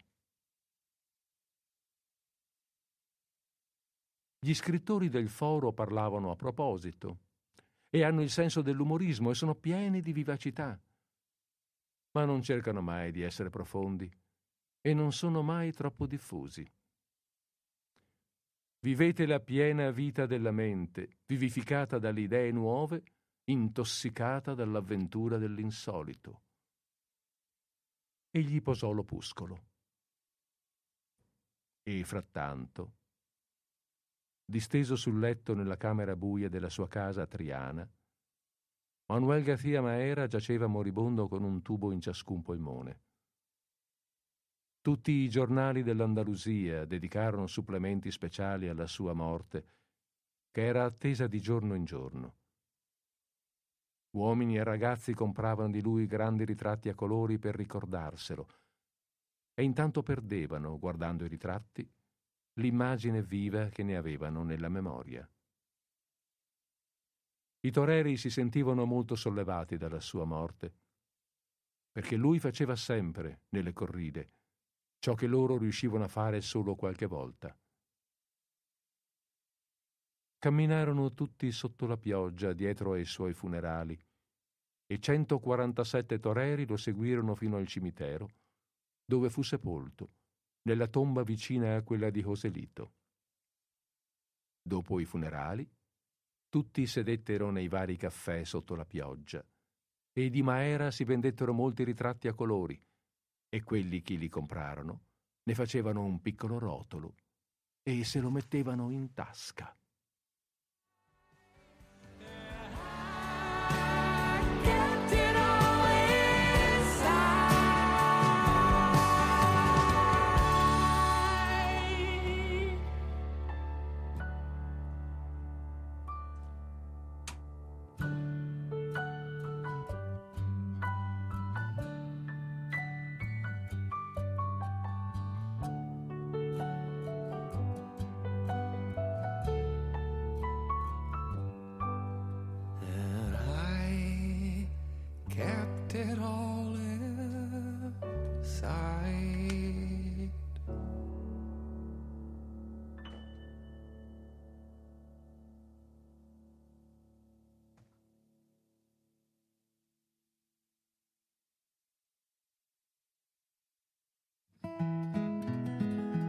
Gli scrittori del foro parlavano a proposito e hanno il senso dell'umorismo e sono pieni di vivacità, ma non cercano mai di essere profondi e non sono mai troppo diffusi. Vivete la piena vita della mente, vivificata dalle idee nuove, intossicata dall'avventura dell'insolito. Egli posò l'opuscolo. E frattanto, disteso sul letto nella camera buia della sua casa a Triana, Manuel García Maera giaceva moribondo con un tubo in ciascun polmone. Tutti i giornali dell'Andalusia dedicarono supplementi speciali alla sua morte, che era attesa di giorno in giorno. Uomini e ragazzi compravano di lui grandi ritratti a colori per ricordarselo, e intanto perdevano, guardando i ritratti, l'immagine viva che ne avevano nella memoria. I toreri si sentivano molto sollevati dalla sua morte, perché lui faceva sempre, nelle corride, ciò che loro riuscivano a fare solo qualche volta. Camminarono tutti sotto la pioggia dietro ai suoi funerali e centoquarantasette toreri lo seguirono fino al cimitero, dove fu sepolto, nella tomba vicina a quella di Joselito. Dopo i funerali, tutti sedettero nei vari caffè sotto la pioggia e di Maera si vendettero molti ritratti a colori e quelli che li comprarono ne facevano un piccolo rotolo e se lo mettevano in tasca. It all inside.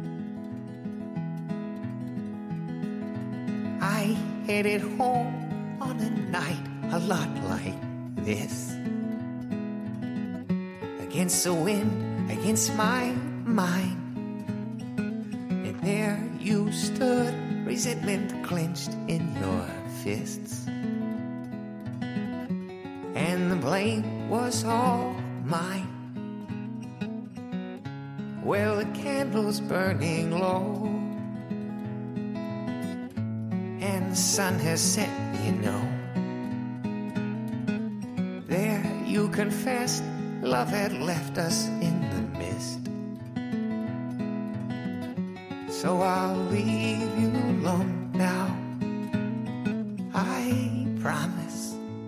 I headed home on a night a lot like this. Against the wind, against my mind. And there you stood, resentment clenched in your fists. And the blame was all mine. Well, the candle's burning low, and the sun has set, you know. There you confessed love had left us in the mist. So I'll leave you alone now, I promise.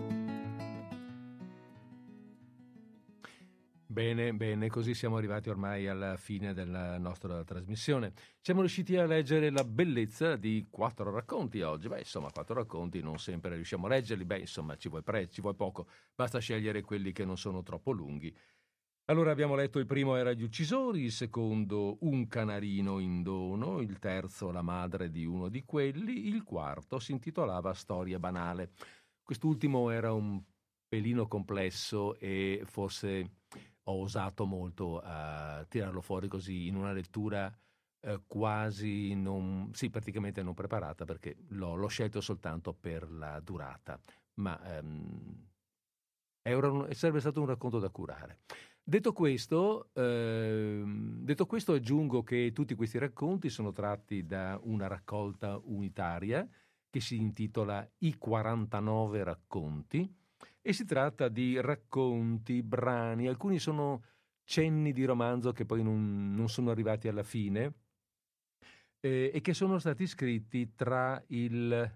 Bene, bene, così siamo arrivati ormai alla fine della nostra trasmissione. Siamo riusciti a leggere la bellezza di quattro racconti oggi. Beh, insomma, quattro racconti non sempre riusciamo a leggerli. Beh, insomma, ci vuole pre- ci vuole poco. Basta scegliere quelli che non sono troppo lunghi. Allora abbiamo letto: il primo era Gli uccisori, il secondo Un canarino in dono, il terzo La madre di uno di quelli, il quarto si intitolava Storia banale. Quest'ultimo era un pelino complesso e forse ho osato molto a tirarlo fuori così in una lettura eh, quasi non, sì, praticamente non preparata, perché l'ho, l'ho scelto soltanto per la durata, ma ehm, era un, sarebbe stato un racconto da curare. Detto questo, ehm, detto questo, aggiungo che tutti questi racconti sono tratti da una raccolta unitaria che si intitola I quarantanove racconti. E si tratta di racconti, brani, alcuni sono cenni di romanzo che poi non, non sono arrivati alla fine eh, e che sono stati scritti tra il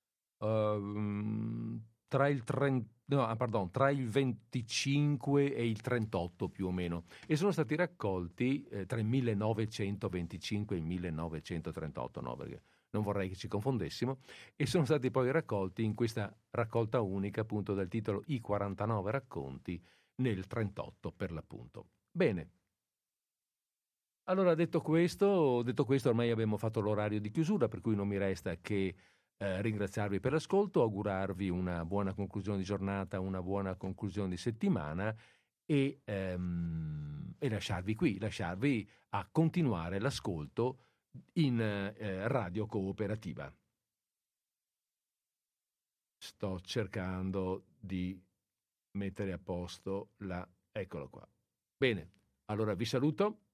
uh, tra il trenta, no, pardon, tra il venticinque e il trentotto più o meno, e sono stati raccolti eh, tra il millenovecentoventicinque e il millenovecentotrentotto, no, perché non vorrei che ci confondessimo, e sono stati poi raccolti in questa raccolta unica, appunto, dal titolo I quarantanove racconti, nel trentotto per l'appunto. Bene. Allora, detto questo, detto questo, ormai abbiamo fatto l'orario di chiusura, per cui non mi resta che eh, ringraziarvi per l'ascolto, augurarvi una buona conclusione di giornata, una buona conclusione di settimana e, ehm, e lasciarvi qui, lasciarvi a continuare l'ascolto in eh, Radio Cooperativa. Sto cercando di mettere a posto la... Eccolo qua. Bene, allora vi saluto